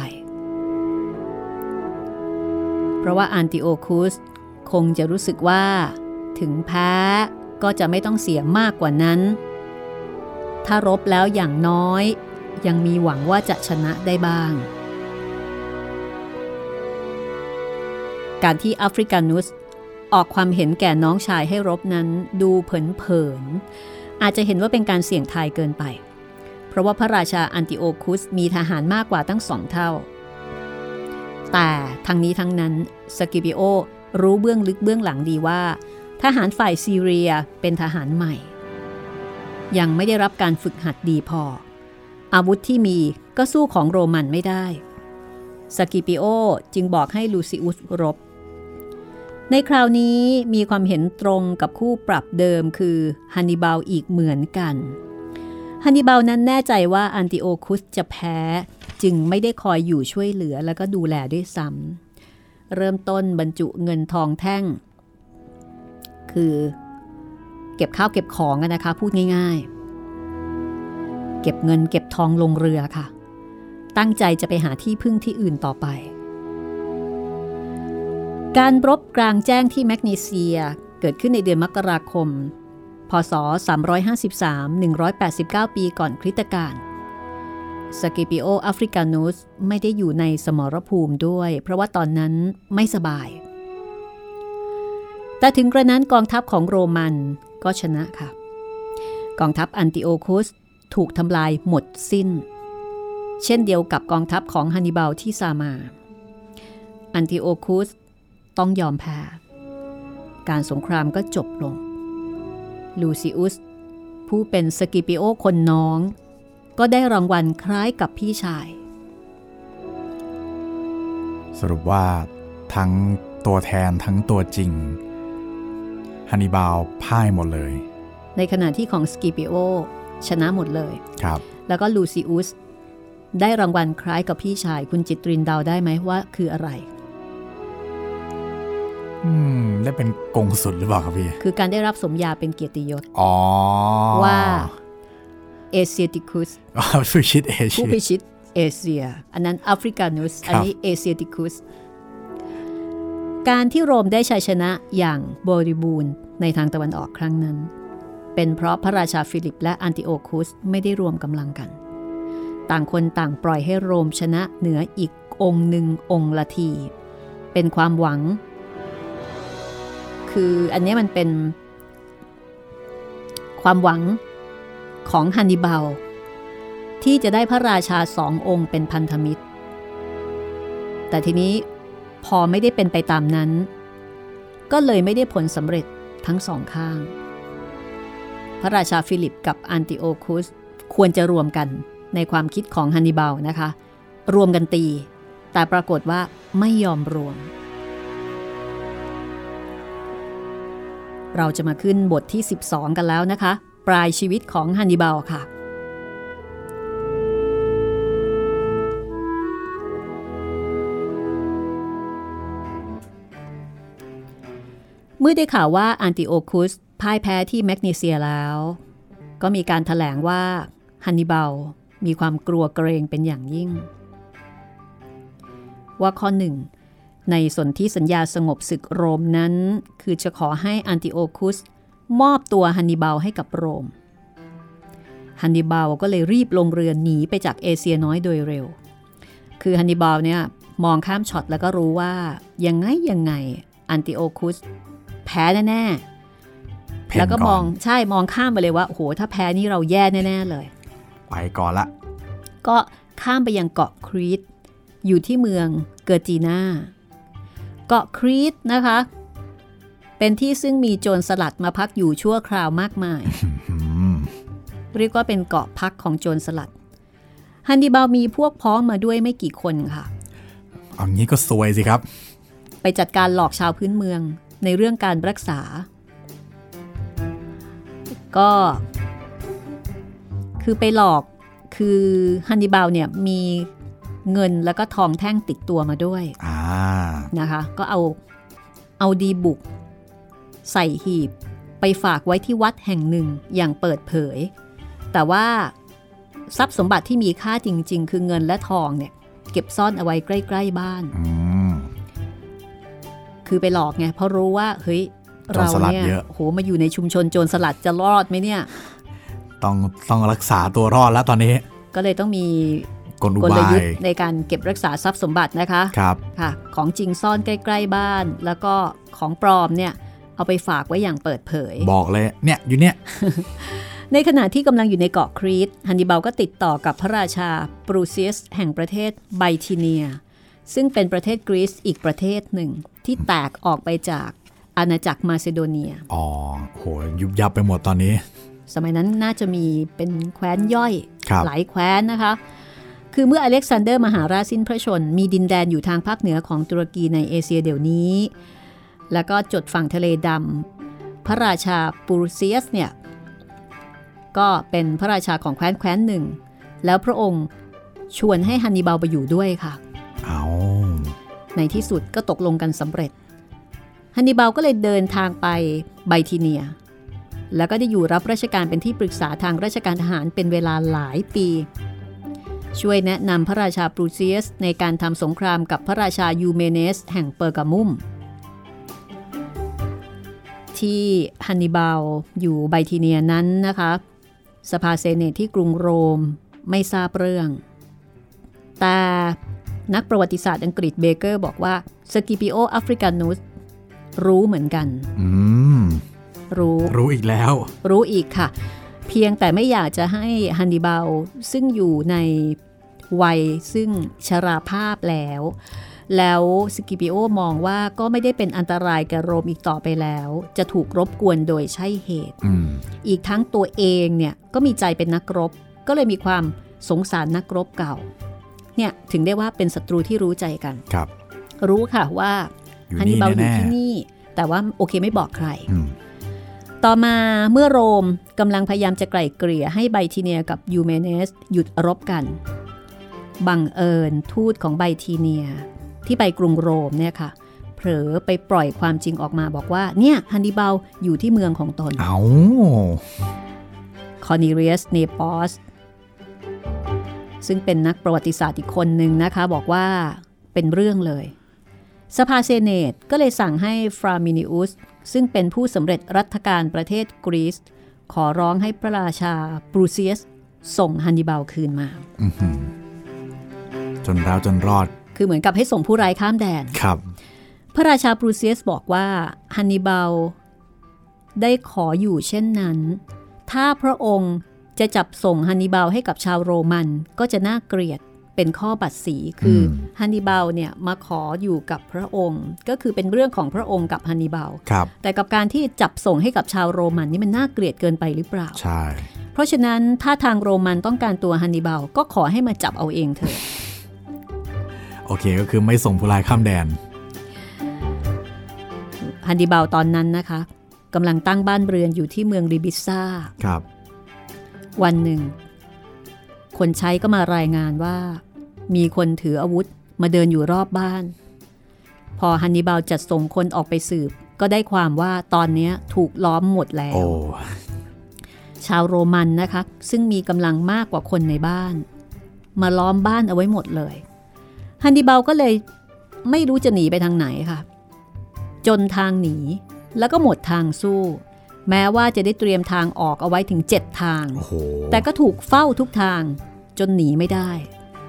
เพราะว่าอันติโอคุสคงจะรู้สึกว่าถึงแพ้ก็จะไม่ต้องเสียมากกว่านั้นถ้ารบแล้วอย่างน้อยยังมีหวังว่าจะชนะได้บ้างการที่แอฟริกานุสออกความเห็นแก่น้องชายให้รบนั้นดูเผินๆอาจจะเห็นว่าเป็นการเสี่ยงทายเกินไปเพราะว่าพระราชาอันติโอคุสมีทหารมากกว่าตั้งสองเท่าแต่ทั้งนี้ทั้งนั้นสกิปิโอรู้เบื้องลึกเบื้องหลังดีว่าทหารฝ่ายซีเรียเป็นทหารใหม่ยังไม่ได้รับการฝึกหัดดีพออาวุธที่มีก็สู้ของโรมันไม่ได้สกิปิโอจึงบอกให้ลูซิอุสรบในคราวนี้มีความเห็นตรงกับคู่ปรับเดิมคือฮันนิบาลอีกเหมือนกันฮันนิบาลนั้นแน่ใจว่าอันติโอคุสจะแพ้จึงไม่ได้คอยอยู่ช่วยเหลือแล้วก็ดูแลด้วยซ้ำเริ่มต้นบรรจุเงินทองแท่งคือเก็บข้าวเก็บของกันนะคะพูดง่ายๆเก็บเงินเก็บทองลงเรือค่ะตั้งใจจะไปหาที่พึ่งที่อื่นต่อไปการรบกลางแจ้งที่แมกนีเซียเกิดขึ้นในเดือนมกราคมพ.ศ. สามร้อยห้าสิบสาม หนึ่งร้อยแปดสิบเก้า ปีก่อนคริสตกาลสกิปิโอแอฟริกานุสไม่ได้อยู่ในสมรภูมิด้วยเพราะว่าตอนนั้นไม่สบายแต่ถึงกระนั้นกองทัพของโรมันก็ชนะค่ะกองทัพอันติโอคุสถูกทำลายหมดสิ้นเช่นเดียวกับกองทัพของฮันนิบาลที่ซามาอันติโอคุสต้องยอมแพ้การสงครามก็จบลงลูซิอุสผู้เป็นสกิปิโอคนน้องก็ได้รางวัลคล้ายกับพี่ชายสรุปว่าทั้งตัวแทนทั้งตัวจริงฮันนิบาลพ่ายหมดเลยในขณะที่ของสกิปิโอชนะหมดเลยครับแล้วก็ลูซิอุสได้รางวัลคล้ายกับพี่ชายคุณจิตรินเดาได้ไหมว่าคืออะไรอืมได้เป็นกงสุลหรือเปล่าครับพี่คือการได้รับสมญาเป็นเกียรติยศอ๋อว่าเอเชียติคุสผู้พิชิตเอเชียผู้พิชิตเอเชียอันนั้นแอฟริกานุสอันนี้เอเชียติคุสการที่โรมได้ชัยชนะอย่างบริบูรณ์ในทางตะวันออกครั้งนั้นเป็นเพราะพระราชาฟิลิปและอันติโอคุสไม่ได้รวมกำลังกันต่างคนต่างปล่อยให้โรมชนะเหนืออีกองค์หนึ่งองค์ละทีเป็นความหวังคืออันนี้มันเป็นความหวังของฮันนิบาลที่จะได้พระราชาสององค์เป็นพันธมิตรแต่ทีนี้พอไม่ได้เป็นไปตามนั้นก็เลยไม่ได้ผลสำเร็จทั้งสองข้างพระราชาฟิลิปกับอันติโอคุสควรจะรวมกันในความคิดของฮันนิบาลนะคะรวมกันตีแต่ปรากฏว่าไม่ยอมรวมเราจะมาขึ้นบทที่สิบสองกันแล้วนะคะปลายชีวิตของฮันนิบาลค่ะเมื่อได้ข่าวว่าอันติโอคุสพ่ายแพ้ที่แมกนีเซียแล้วก็มีการแถลงว่าฮันนิบาลมีความกลัวเกรงเป็นอย่างยิ่งว่าข้อหนึ่งในสนธิสัญญาสงบศึกโรมนั้นคือจะขอให้อันติโอคุสมอบตัวฮันนิบาลให้กับโรมฮันนิบาลก็เลยรีบลงเรือหนีไปจากเอเชียน้อยโดยเร็วคือฮันนิบาลเนี่ยมองข้ามช็อตแล้วก็รู้ว่ายังไงยังไงอันติโอคุสแพ้แน่ๆแล้วก็มองใช่มองข้ามไปเลยว่าโอ้โหถ้าแพ้นี่เราแย่แน่ๆเลยไปก่อนละก็ข้ามไปยังเกาะครีตอยู่ที่เมืองเกอร์จีนาเกาะครีตนะคะเป็นที่ซึ่งมีโจรสลัดมาพักอยู่ชั่วคราวมากมาย เรียกว่าเป็นเกาะพักของโจรสลัดฮันนิบาลมีพวกพ้องมาด้วยไม่กี่คนค่ะเอางี้ก็ซวยสิครับไปจัดการหลอกชาวพื้นเมืองในเรื่องการรักษาก็คือไปหลอกคือฮันนิบาลเนี่ยมีเงินแล้วก็ทองแท่งติดตัวมาด้วยนะคะก็เอาเอาดีบุกใส่หีบไปฝากไว้ที่วัดแห่งหนึ่งอย่างเปิดเผยแต่ว่าทรัพย์สมบัติที่มีค่าจริงๆคือเงินและทองเนี่ยเก็บซ่อนเอาไว้ใกล้ๆบ้านคือไปหลอกไงเพราะรู้ว่าเฮ้ยเราเนี่ยโหมาอยู่ในชุมชนโจรสลัดจะรอดไหมเนี่ยต้องต้องรักษาตัวรอดแล้วตอนนี้ก็เลยต้องมีกลยุทธ์ในการเก็บรักษาทรัพย์สมบัตินะคะครับค่ะของจริงซ่อนใกล้ๆบ้านแล้วก็ของปลอมเนี่ยเอาไปฝากไว้อย่างเปิดเผยบอกเลยเนี่ยอยู่เนี่ยในขณะที่กำลังอยู่ในเกาะครีตฮันนิบาลก็ติดต่อกับพระราชาปรูเซียสแห่งประเทศไบทีเนียซึ่งเป็นประเทศกรีซอีกประเทศหนึ่งที่แตกออกไปจากอาณาจักรมาซิโดเนียอ๋อโหยุบยับไปหมดตอนนี้สมัยนั้นน่าจะมีเป็นแคว้นย่อยหลายแคว้นนะคะคือเมื่ออเล็กซานเดอร์มหาราชสิ้นพระชนมีดินแดนอยู่ทางภาคเหนือของตุรกีในเอเชียเดี๋ยวนี้แล้วก็จดฝั่งทะเลดำพระราชาปูรุเซียสเนี่ยก็เป็นพระราชาของแคว้นแคว้นหนึ่งแล้วพระองค์ชวนให้ฮันนิบาลไปอยู่ด้วยค่ะเอาในที่สุดก็ตกลงกันสำเร็จฮันนิบาลก็เลยเดินทางไปไบทีเนียแล้วก็ได้อยู่รับราชการเป็นที่ปรึกษาทางราชการทหารเป็นเวลาหลายปีช่วยแนะนำพระราชาปรูเซียสในการทำสงครามกับพระราชายูเมเนสแห่งเปอร์กามุมที่ฮันนิบาลอยู่ไบทีเนียนั้นนะคะสภาเซเนตที่กรุงโรมไม่ทราบเรื่องแต่นักประวัติศาสตร์อังกฤษเบเกอร์บอกว่าสกิปิโอแอฟริกานุสรู้เหมือนกันอืมรู้รู้อีกแล้วรู้อีกค่ะเพียงแต่ไม่อยากจะให้ฮันนิบาลซึ่งอยู่ในวัยซึ่งชราภาพแล้วแล้วสกิปิโอมองว่าก็ไม่ได้เป็นอันตรายแก่โรมอีกต่อไปแล้วจะถูกรบกวนโดยใช่เหตุอ, อีกทั้งตัวเองเนี่ยก็มีใจเป็นนักรบก็เลยมีความสงสารนักรบเก่าเนี่ยถึงได้ว่าเป็นศัตรูที่รู้ใจกันครับรู้ค่ะว่าฮันนิบาลอยู่ที่นี่แต่ว่าโอเคไม่บอกใครต่อมาเมื่อโรมกำลังพยายามจะไกล่เกลี่ยให้ไบทีเนียกับยูเมเนสหยุดรบกันบังเอิญทูตของไบทีเนียที่ไปกรุงโรมเนี่ยค่ะเผลอไปปล่อยความจริงออกมาบอกว่าเนี่ยฮันนิบาลอยู่ที่เมืองของตนเอาคอร์เนเลียสเนปอสซึ่งเป็นนักประวัติศาสตร์อีกคนหนึ่งนะคะบอกว่าเป็นเรื่องเลยสภาเซเนตก็เลยสั่งให้ฟรามินิอุสซึ่งเป็นผู้สำเร็จรัฐการประเทศกรีซขอร้องให้พระราชาปรูเซียสส่งฮันนิบาลคืนมาจนแล้วจนรอดคือเหมือนกับให้ส่งผู้ร้ายข้ามแดนครับพระราชาปรูเซียสบอกว่าฮันนิบาลได้ขออยู่เช่นนั้นถ้าพระองค์จะจับส่งฮันนิบาลให้กับชาวโรมันก็จะน่าเกลียดเป็นข้อบัตรสีคือฮันนิบาลเนี่ยมาขออยู่กับพระองค์ก็คือเป็นเรื่องของพระองค์กับฮันนิบาลแต่กับการที่จับส่งให้กับชาวโรมันนี่มันน่าเกลียดเกินไปหรือเปล่าใช่เพราะฉะนั้นถ้าทางโรมันต้องการตัวฮันนิบาลก็ขอให้มาจับเอาเองเถอะโอเคก็คือไม่ส่งผู้ร้ายข้ามแดนฮันนิบาลตอนนั้นนะคะกำลังตั้งบ้านเรือนอยู่ที่เมืองริบิซ่าครับวันหนึ่งคนใช้ก็มารายงานว่ามีคนถืออาวุธมาเดินอยู่รอบบ้านพอฮันนิบาลจัดส่งคนออกไปสืบก็ได้ความว่าตอนนี้ถูกล้อมหมดแล้วชาวโรมันนะคะซึ่งมีกำลังมากกว่าคนในบ้านมาล้อมบ้านเอาไว้หมดเลยฮันนิบาลก็เลยไม่รู้จะหนีไปทางไหนค่ะจนทางหนีแล้วก็หมดทางสู้แม้ว่าจะได้เตรียมทางออกเอาไว้ถึงเจ็ดทางแต่ก็ถูกเฝ้าทุกทางจนหนีไม่ได้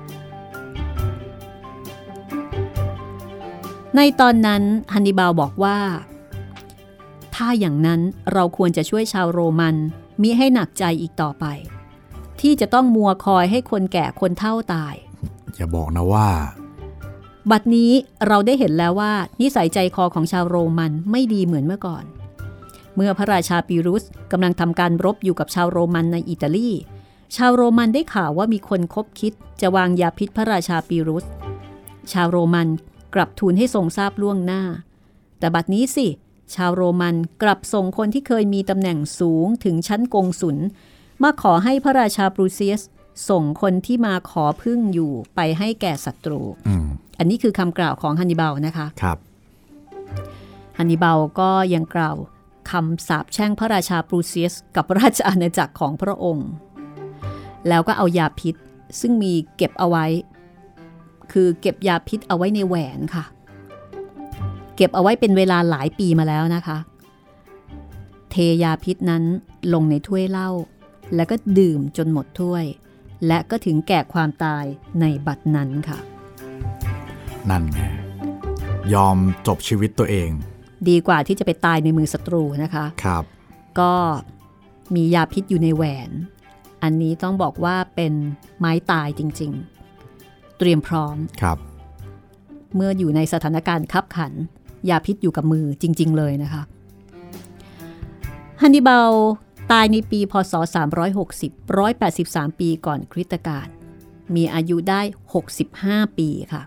ในตอนนั้นฮันนิบาลบอกว่าถ้าอย่างนั้นเราควรจะช่วยชาวโรมันมิให้หนักใจอีกต่อไปที่จะต้องมัวคอยให้คนแก่คนเฒ่าตายอย่าบอกนะว่าบัดนี้เราได้เห็นแล้วว่านิสัยใจคอของชาวโรมันไม่ดีเหมือนเมื่อก่อนเมื่อพระราชาปิรุสกำลังทำการรบอยู่กับชาวโรมันในอิตาลีชาวโรมันได้ข่าวว่ามีคนคบคิดจะวางยาพิษพระราชาปิรุสชาวโรมันกลับทูลให้ทรงทราบล่วงหน้าแต่บัดนี้สิชาวโรมันกลับส่งคนที่เคยมีตำแหน่งสูงถึงชั้นกงสุลมาขอให้พระราชาปรูเซียสส่งคนที่มาขอพึ่งอยู่ไปให้แก่ศัตรูอ, อันนี้คือคำกล่าวของฮันนิบาลนะคะครับฮันนิบาลก็ยังกล่าวคำสาปแช่งพระราชาปรูเซียสกับราชอาณาจักรของพระองค์แล้วก็เอายาพิษซึ่งมีเก็บเอาไว้คือเก็บยาพิษเอาไว้ในแหวนค่ะเก็บเอาไว้เป็นเวลาหลายปีมาแล้วนะคะเทยาพิษนั้นลงในถ้วยเหล้าแล้วก็ดื่มจนหมดถ้วยและก็ถึงแก่ความตายในบัดนั้นค่ะนั่นไงยอมจบชีวิตตัวเองดีกว่าที่จะไปตายในมือศัตรูนะคะครับก็มียาพิษอยู่ในแหวนอันนี้ต้องบอกว่าเป็นไม้ตายจริงๆเตรียมพร้อมครับเมื่ออยู่ในสถานการณ์คับขันยาพิษอยู่กับมือจริงๆเลยนะคะฮันนิบาลตายในปีพ.ศ. สามร้อยหกสิบ หนึ่งร้อยแปดสิบสามปีก่อนคริสตกาลมีอายุได้หกสิบห้าปีค่ะ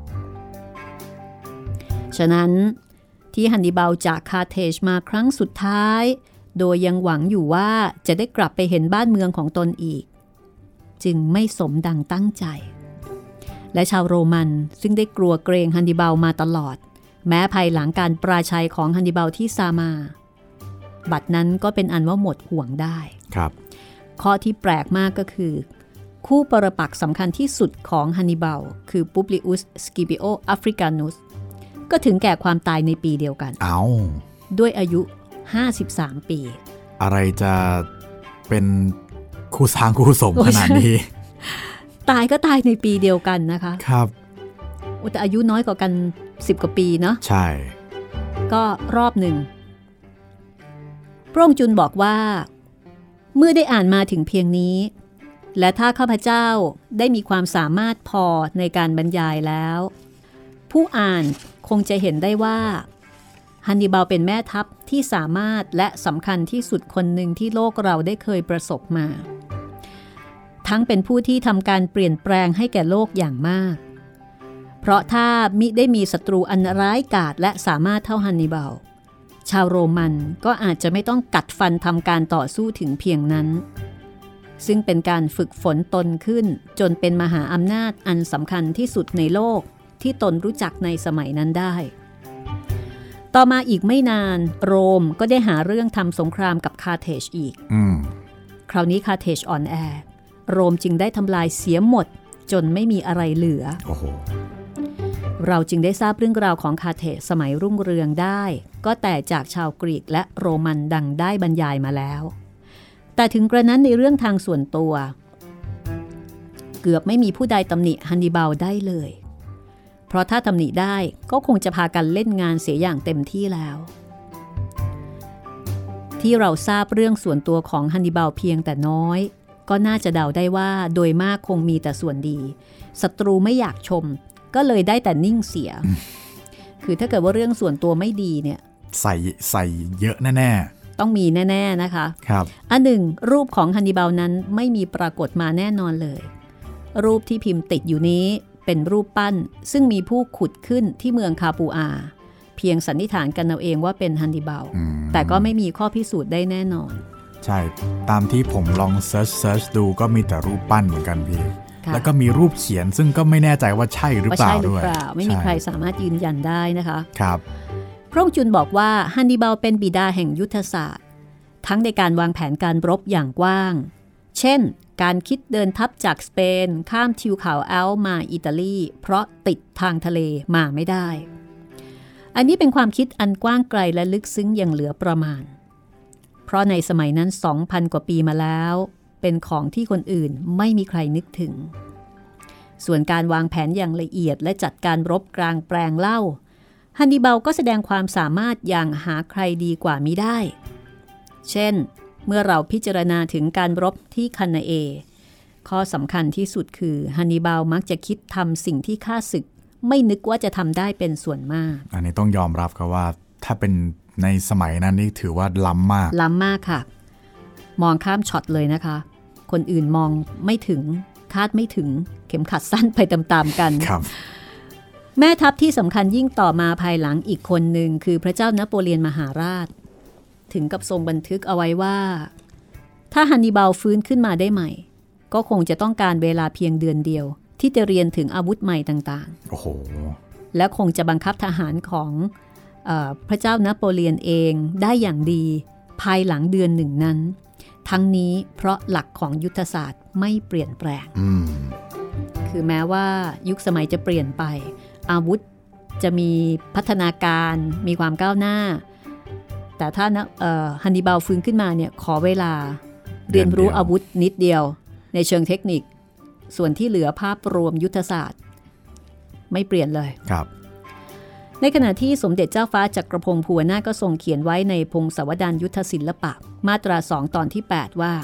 ฉะนั้นที่ฮันนิบาลจากคาร์เทจมาครั้งสุดท้ายโดยยังหวังอยู่ว่าจะได้กลับไปเห็นบ้านเมืองของตนอีกจึงไม่สมดังตั้งใจและชาวโรมันซึ่งได้กลัวเกรงฮันนิบาลมาตลอดแม้ภายหลังการปราชัยของฮันนิบาลที่ซามาบัดนั้นก็เป็นอันว่าหมดห่วงได้ครับข้อที่แปลกมากก็คือคู่ปรปักษ์สำคัญที่สุดของฮันนิบาลคือปุบลิอุสสกิปิโอแอฟริกานุสก็ถึงแก่ความตายในปีเดียวกันเอาด้วยอายุห้าสิบสามปีอะไรจะเป็นคู่สร้างคู่สมขนาดนี้ตายก็ตายในปีเดียวกันนะคะครับแต่อายุน้อยกว่ากันสิบกว่าปีเนาะใช่ก็รอบหนึ่งพระองค์จุนบอกว่าเมื่อได้อ่านมาถึงเพียงนี้และถ้าข้าพเจ้าได้มีความสามารถพอในการบรรยายแล้วผู้อ่านคงจะเห็นได้ว่าฮันนิบาลเป็นแม่ทัพที่สามารถและสำคัญที่สุดคนหนึ่งที่โลกเราได้เคยประสบมาทั้งเป็นผู้ที่ทำการเปลี่ยนแปลงให้แก่โลกอย่างมากเพราะถ้ามิได้มีศัตรูอันร้ายกาจและสามารถเท่าฮันนิบาลชาวโรมันก็อาจจะไม่ต้องกัดฟันทำการต่อสู้ถึงเพียงนั้นซึ่งเป็นการฝึกฝนตนขึ้นจนเป็นมหาอำนาจอันสำคัญที่สุดในโลกที่ตนรู้จักในสมัยนั้นได้ต่อมาอีกไม่นานโรมก็ได้หาเรื่องทำสงครามกับคาร์เทจอีกคราวนี้คาร์เทจอ่อนแอโรมจึงได้ทำลายเสียหมดจนไม่มีอะไรเหลือ oh. เราจึงได้ทราบเรื่องราวของคาร์เทจสมัยรุ่งเรืองได้ก็แต่จากชาวกรีกและโรมันดังได้บรรยายมาแล้วแต่ถึงกระนั้นในเรื่องทางส่วนตัวเกือบไม่มีผู้ใดตำหนิฮันนิบาลได้เลยเพราะถ้าตำหนิได้ก็คงจะพากันเล่นงานเสียอย่างเต็มที่แล้วที่เราทราบเรื่องส่วนตัวของฮันนิบาลเพียงแต่น้อยก็น่าจะเดาได้ว่าโดยมากคงมีแต่ส่วนดีศัตรูไม่อยากชมก็เลยได้แต่นิ่งเสีย คือถ้าเกิดว่าเรื่องส่วนตัวไม่ดีเนี่ยใส่ใส่เยอะแน่ๆต้องมีแน่ๆนะคะครับอันหนึ่งรูปของฮันนิบาลนั้นไม่มีปรากฏมาแน่นอนเลยรูปที่พิมพ์ติดอยู่นี้เป็นรูปปั้นซึ่งมีผู้ขุดขึ้นที่เมืองคาปูอาเพียงสันนิษฐานกันเอาเองว่าเป็นฮันนิบาลแต่ก็ไม่มีข้อพิสูจน์ได้แน่นอนใช่ตามที่ผมลองเซิร์ชเซิร์ชดูก็มีแต่รูปปั้นเหมือนกันพี่แล้วก็มีรูปเขียนซึ่งก็ไม่แน่ใจว่าใช่หรือเปล่าด้วยไม่มีใครสามารถยืนยันได้นะคะครับพระองค์จุนบอกว่าฮันนิบาลเป็นบิดาแห่งยุทธศาสตร์ทั้งในการวางแผนการรบอย่างกว้างเช่นการคิดเดินทัพจากสเปนข้ามทิวเขาแอลป์มาอิตาลีเพราะติดทางทะเลมาไม่ได้อันนี้เป็นความคิดอันกว้างไกลและลึกซึ้งอย่างเหลือประมาณเพราะในสมัยนั้น สองพัน กว่าปีมาแล้วเป็นของที่คนอื่นไม่มีใครนึกถึงส่วนการวางแผนอย่างละเอียดและจัดการรบกลางแปลงเล่าฮันนิบาลก็แสดงความสามารถอย่างหาใครดีกว่ามิได้เช่นเมื่อเราพิจารณาถึงการรบที่คานาเอข้อสำคัญที่สุดคือฮันนิบาลมักจะคิดทำสิ่งที่ข้าศึกไม่นึกว่าจะทำได้เป็นส่วนมากอันนี้ต้องยอมรับครับว่าถ้าเป็นในสมัยนั้นนี่ถือว่าล้ำมากล้ำมากค่ะมองข้ามช็อตเลยนะคะคนอื่นมองไม่ถึงคาดไม่ถึงเข็มขัดสั้นไปตามๆกันครับแม่ทัพที่สำคัญยิ่งต่อมาภายหลังอีกคนหนึ่งคือพระเจ้านโปเลียนมหาราชถึงกับทรงบันทึกเอาไว้ว่าถ้าฮันนิบาลฟื้นขึ้นมาได้ใหม่ก็คงจะต้องการเวลาเพียงเดือนเดียวที่จะเรียนถึงอาวุธใหม่ต่างๆโอ้โหและคงจะบังคับทหารของเอ่อพระเจ้านโปเลียนเองได้อย่างดีภายหลังเดือนหนึ่งนั้นทั้งนี้เพราะหลักของยุทธศาสตร์ไม่เปลี่ยนแปลงคือแม้ว่ายุคสมัยจะเปลี่ยนไปอาวุธจะมีพัฒนาการมีความก้าวหน้าแต่ถ้าฮันนิบาลฟื้นขึ้นมาเนี่ยขอเวลาเรียนรู้อาวุธนิดเดียวในเชิงเทคนิคส่วนที่เหลือภาพรวมยุทธศาสตร์ไม่เปลี่ยนเลยครับในขณะที่สมเด็จเจ้าฟ้าจักรพงศ์ภูวนาถก็ทรงเขียนไว้ในพงศาวดารยุทธศิลปะมาตราสองตอนที่แปดว่า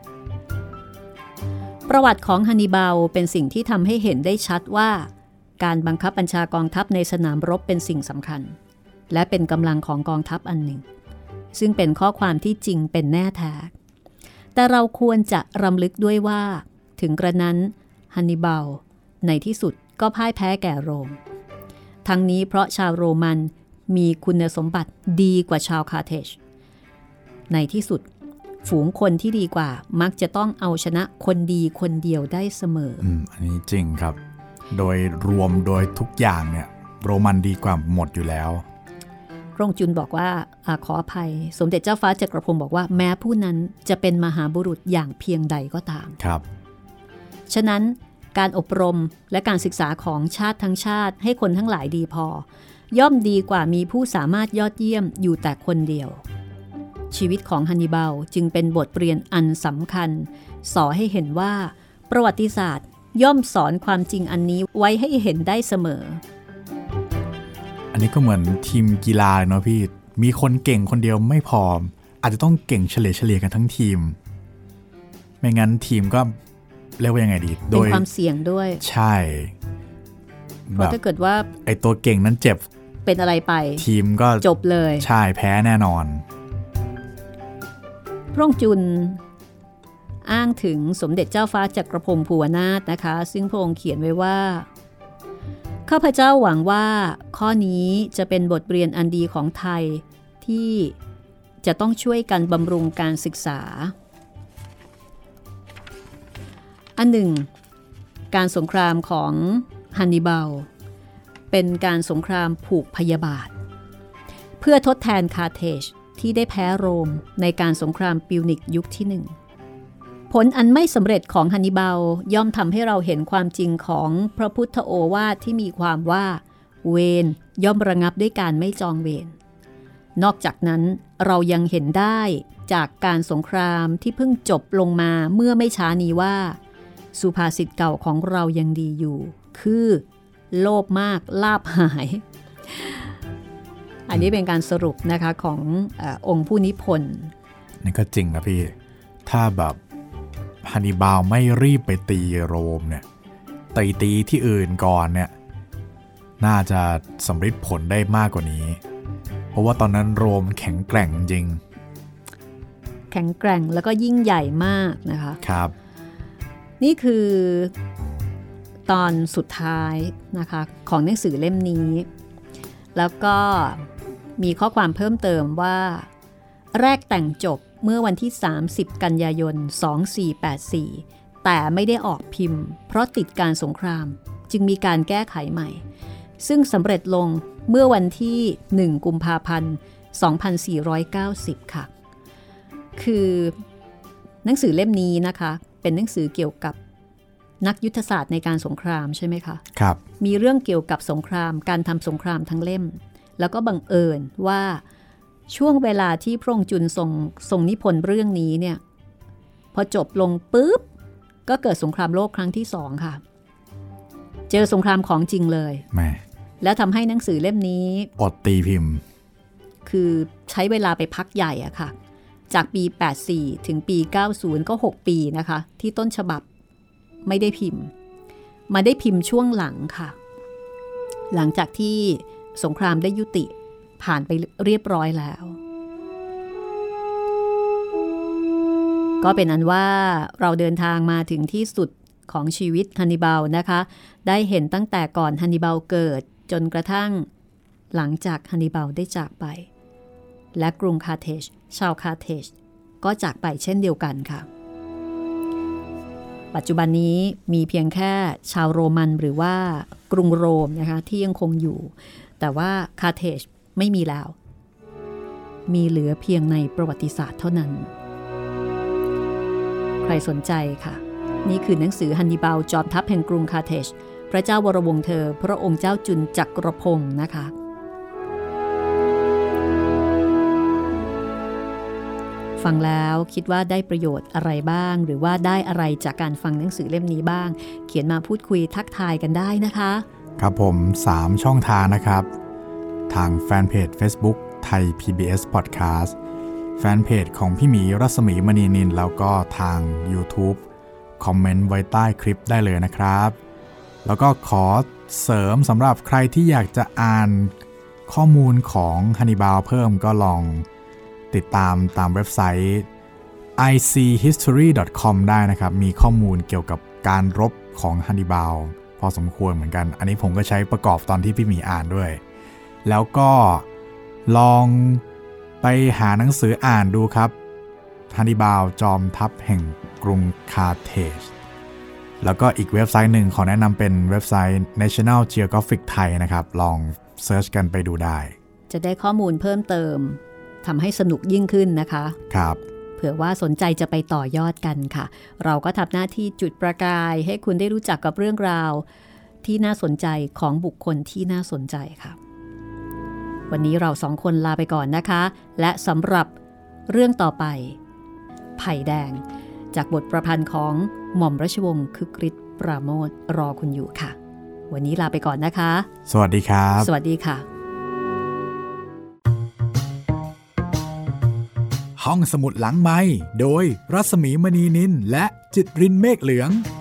ประวัติของฮันนิบาลเป็นสิ่งที่ทำให้เห็นได้ชัดว่าการบังคับบัญชากองทัพในสนามรบเป็นสิ่งสำคัญและเป็นกำลังของกองทัพอันหนึ่งซึ่งเป็นข้อความที่จริงเป็นแน่แท้แต่เราควรจะรำลึกด้วยว่าถึงกระนั้นฮันนิบาลในที่สุดก็พ่ายแพ้แก่โรมทั้งนี้เพราะชาวโรมันมีคุณสมบัติดีกว่าชาวคาร์เทจในที่สุดฝูงคนที่ดีกว่ามักจะต้องเอาชนะคนดีคนเดียวได้เสมออืมอันนี้จริงครับโดยรวมโดยทุกอย่างเนี่ยโรมันดีกว่าหมดอยู่แล้วพระองค์จุนบอกว่าอ่าขออภัยสมเด็จเจ้าฟ้าจักรพงศ์บอกว่าแม้ผู้นั้นจะเป็นมหาบุรุษอย่างเพียงใดก็ตามครับฉะนั้นการอบรมและการศึกษาของชาติทั้งชาติให้คนทั้งหลายดีพอย่อมดีกว่ามีผู้สามารถยอดเยี่ยมอยู่แต่คนเดียวชีวิตของฮันนิบาลจึงเป็นบทเรียนอันสำคัญสอนให้เห็นว่าประวัติศาสตร์ย่อมสอนความจริงอันนี้ไว้ให้เห็นได้เสมออันนี้ก็เหมือนทีมกีฬาเนาะพี่มีคนเก่งคนเดียวไม่พออาจจะต้องเก่งเฉลี่ยเฉลี่ยกันทั้งทีมไม่งั้นทีมก็เรียกว่ายังไงดีโดยเป็นความเสี่ยงด้วยใช่เพราะถ้าเกิดว่าไอตัวเก่งนั้นเจ็บเป็นอะไรไปทีมก็จบเลยใช่แพ้แน่นอนพระองค์จุนอ้างถึงสมเด็จเจ้าฟ้าจักรพงศ์ภูวนาถนะคะซึ่งพระองค์เขียนไว้ว่าข้าพเจ้าหวังว่าข้อนี้จะเป็นบทเรียนอันดีของไทยที่จะต้องช่วยกันบำรุงการศึกษาอันหนึ่งการสงครามของฮันนิบาลเป็นการสงครามผูกพยาบาทเพื่อทดแทนคาร์เทจที่ได้แพ้โรมในการสงครามปิวนิกยุคที่หนึ่งผลอันไม่สำเร็จของฮันนิบาลย่อมทำให้เราเห็นความจริงของพระพุทธโอวาทที่มีความว่าเวรย่อมระงับด้วยการไม่จองเวรนอกจากนั้นเรายังเห็นได้จากการสงครามที่เพิ่งจบลงมาเมื่อไม่ช้านี้ว่าสุภาษิตเก่าของเรายังดีอยู่คือโลภมากลาภหายอันนี้เป็นการสรุปนะคะของเอ่อองค์ผู้นิพนธ์นี่ก็จริงนะพี่ถ้าแบบฮันนิบาลไม่รีบไปตีโรมเนี่ยตีตีที่อื่นก่อนเนี่ยน่าจะสำฤทธิ์ผลได้มากกว่านี้เพราะว่าตอนนั้นโรมแข็งแกร่งจริงแข็งแกร่งแล้วก็ยิ่งใหญ่มากนะคะครับนี่คือตอนสุดท้ายนะคะของหนังสือเล่มนี้แล้วก็มีข้อความเพิ่มเติมว่าแรกแต่งจบเมื่อวันที่สามสิบกันยายนสองพันสี่ร้อยแปดสิบสี่แต่ไม่ได้ออกพิมพ์เพราะติดการสงครามจึงมีการแก้ไขใหม่ซึ่งสำเร็จลงเมื่อวันที่หนึ่งกุมภาพันธ์สองพันสี่ร้อยเก้าสิบค่ะคือหนังสือเล่มนี้นะคะเป็นหนังสือเกี่ยวกับนักยุทธศาสตร์ในการสงครามใช่ไหมคะครับมีเรื่องเกี่ยวกับสงครามการทำสงครามทั้งเล่มแล้วก็บังเอิญว่าช่วงเวลาที่พระองค์จุลทรงทรงนิพนธ์เรื่องนี้เนี่ยพอจบลงปุ๊บก็เกิดสงครามโลกครั้งที่สองค่ะเจอสงครามของจริงเลยแม่แล้วทำให้หนังสือเล่มนี้อดตีพิมพ์คือใช้เวลาไปพักใหญ่อะค่ะจากปีแปดสิบสี่ถึงปีเก้าสิบก็หกปีนะคะที่ต้นฉบับไม่ได้พิมพ์มาได้พิมพ์ช่วงหลังค่ะหลังจากที่สงครามได้ยุติผ่านไปเรียบร้อยแล้วก็เป็นอันว่าเราเดินทางมาถึงที่สุดของชีวิตฮันนิบาลนะคะได้เห็นตั้งแต่ก่อนฮันนิบาลเกิดจนกระทั่งหลังจากฮันนิบาลได้จากไปและกรุงคาร์เทจชาวคาร์เทจก็จากไปเช่นเดียวกันค่ะปัจจุบันนี้มีเพียงแค่ชาวโรมันหรือว่ากรุงโรมนะคะที่ยังคงอยู่แต่ว่าคาร์เทจไม่มีแล้วมีเหลือเพียงในประวัติศาสตร์เท่านั้นใครสนใจค่ะนี่คือหนังสือฮันนิบาลจอมทัพแห่งกรุงคาร์เทจพระเจ้าวรวงศ์เธอพระองค์เจ้าจุลจักรพงศ์นะคะฟังแล้วคิดว่าได้ประโยชน์อะไรบ้างหรือว่าได้อะไรจากการฟังหนังสือเล่มนี้บ้างเขียนมาพูดคุยทักทายกันได้นะคะครับผมสามช่องทางนะครับทางแฟนเพจ Facebook ไทย พี บี เอส Podcast แฟนเพจของพี่หมีรัศมีมณีนินแล้วก็ทาง YouTube คอมเมนต์ไว้ใต้คลิปได้เลยนะครับแล้วก็ขอเสริมสำหรับใครที่อยากจะอ่านข้อมูลของฮันนิบาลเพิ่มก็ลองติดตามตามเว็บไซต์ ไอ ซี ฮิสทอรี ดอท คอม ได้นะครับมีข้อมูลเกี่ยวกับการรบของฮันนิบาลพอสมควรเหมือนกันอันนี้ผมก็ใช้ประกอบตอนที่พี่หมีอ่านด้วยแล้วก็ลองไปหาหนังสืออ่านดูครับฮันนิบาลจอมทัพแห่งกรุงคาร์เทจแล้วก็อีกเว็บไซต์หนึ่งขอแนะนำเป็นเว็บไซต์ National Geographic Thai นะครับลองเซิร์ชกันไปดูได้จะได้ข้อมูลเพิ่มเติมทำให้สนุกยิ่งขึ้นนะคะครับเผื่อว่าสนใจจะไปต่อยอดกันค่ะเราก็ทำหน้าที่จุดประกายให้คุณได้รู้จักกับเรื่องราวที่น่าสนใจของบุคคลที่น่าสนใจค่ะวันนี้เราสองคนลาไปก่อนนะคะและสำหรับเรื่องต่อไปไผ่แดงจากบทประพันธ์ของหม่อมราชวงศ์คึกฤทธิ์ปราโมทย์รอคุณอยู่ค่ะวันนี้ลาไปก่อนนะคะสวัสดีครับสวัสดีค่ะห้องสมุดหลังไมค์โดยรัศมีมณีนินและจิตรินเมฆเหลือง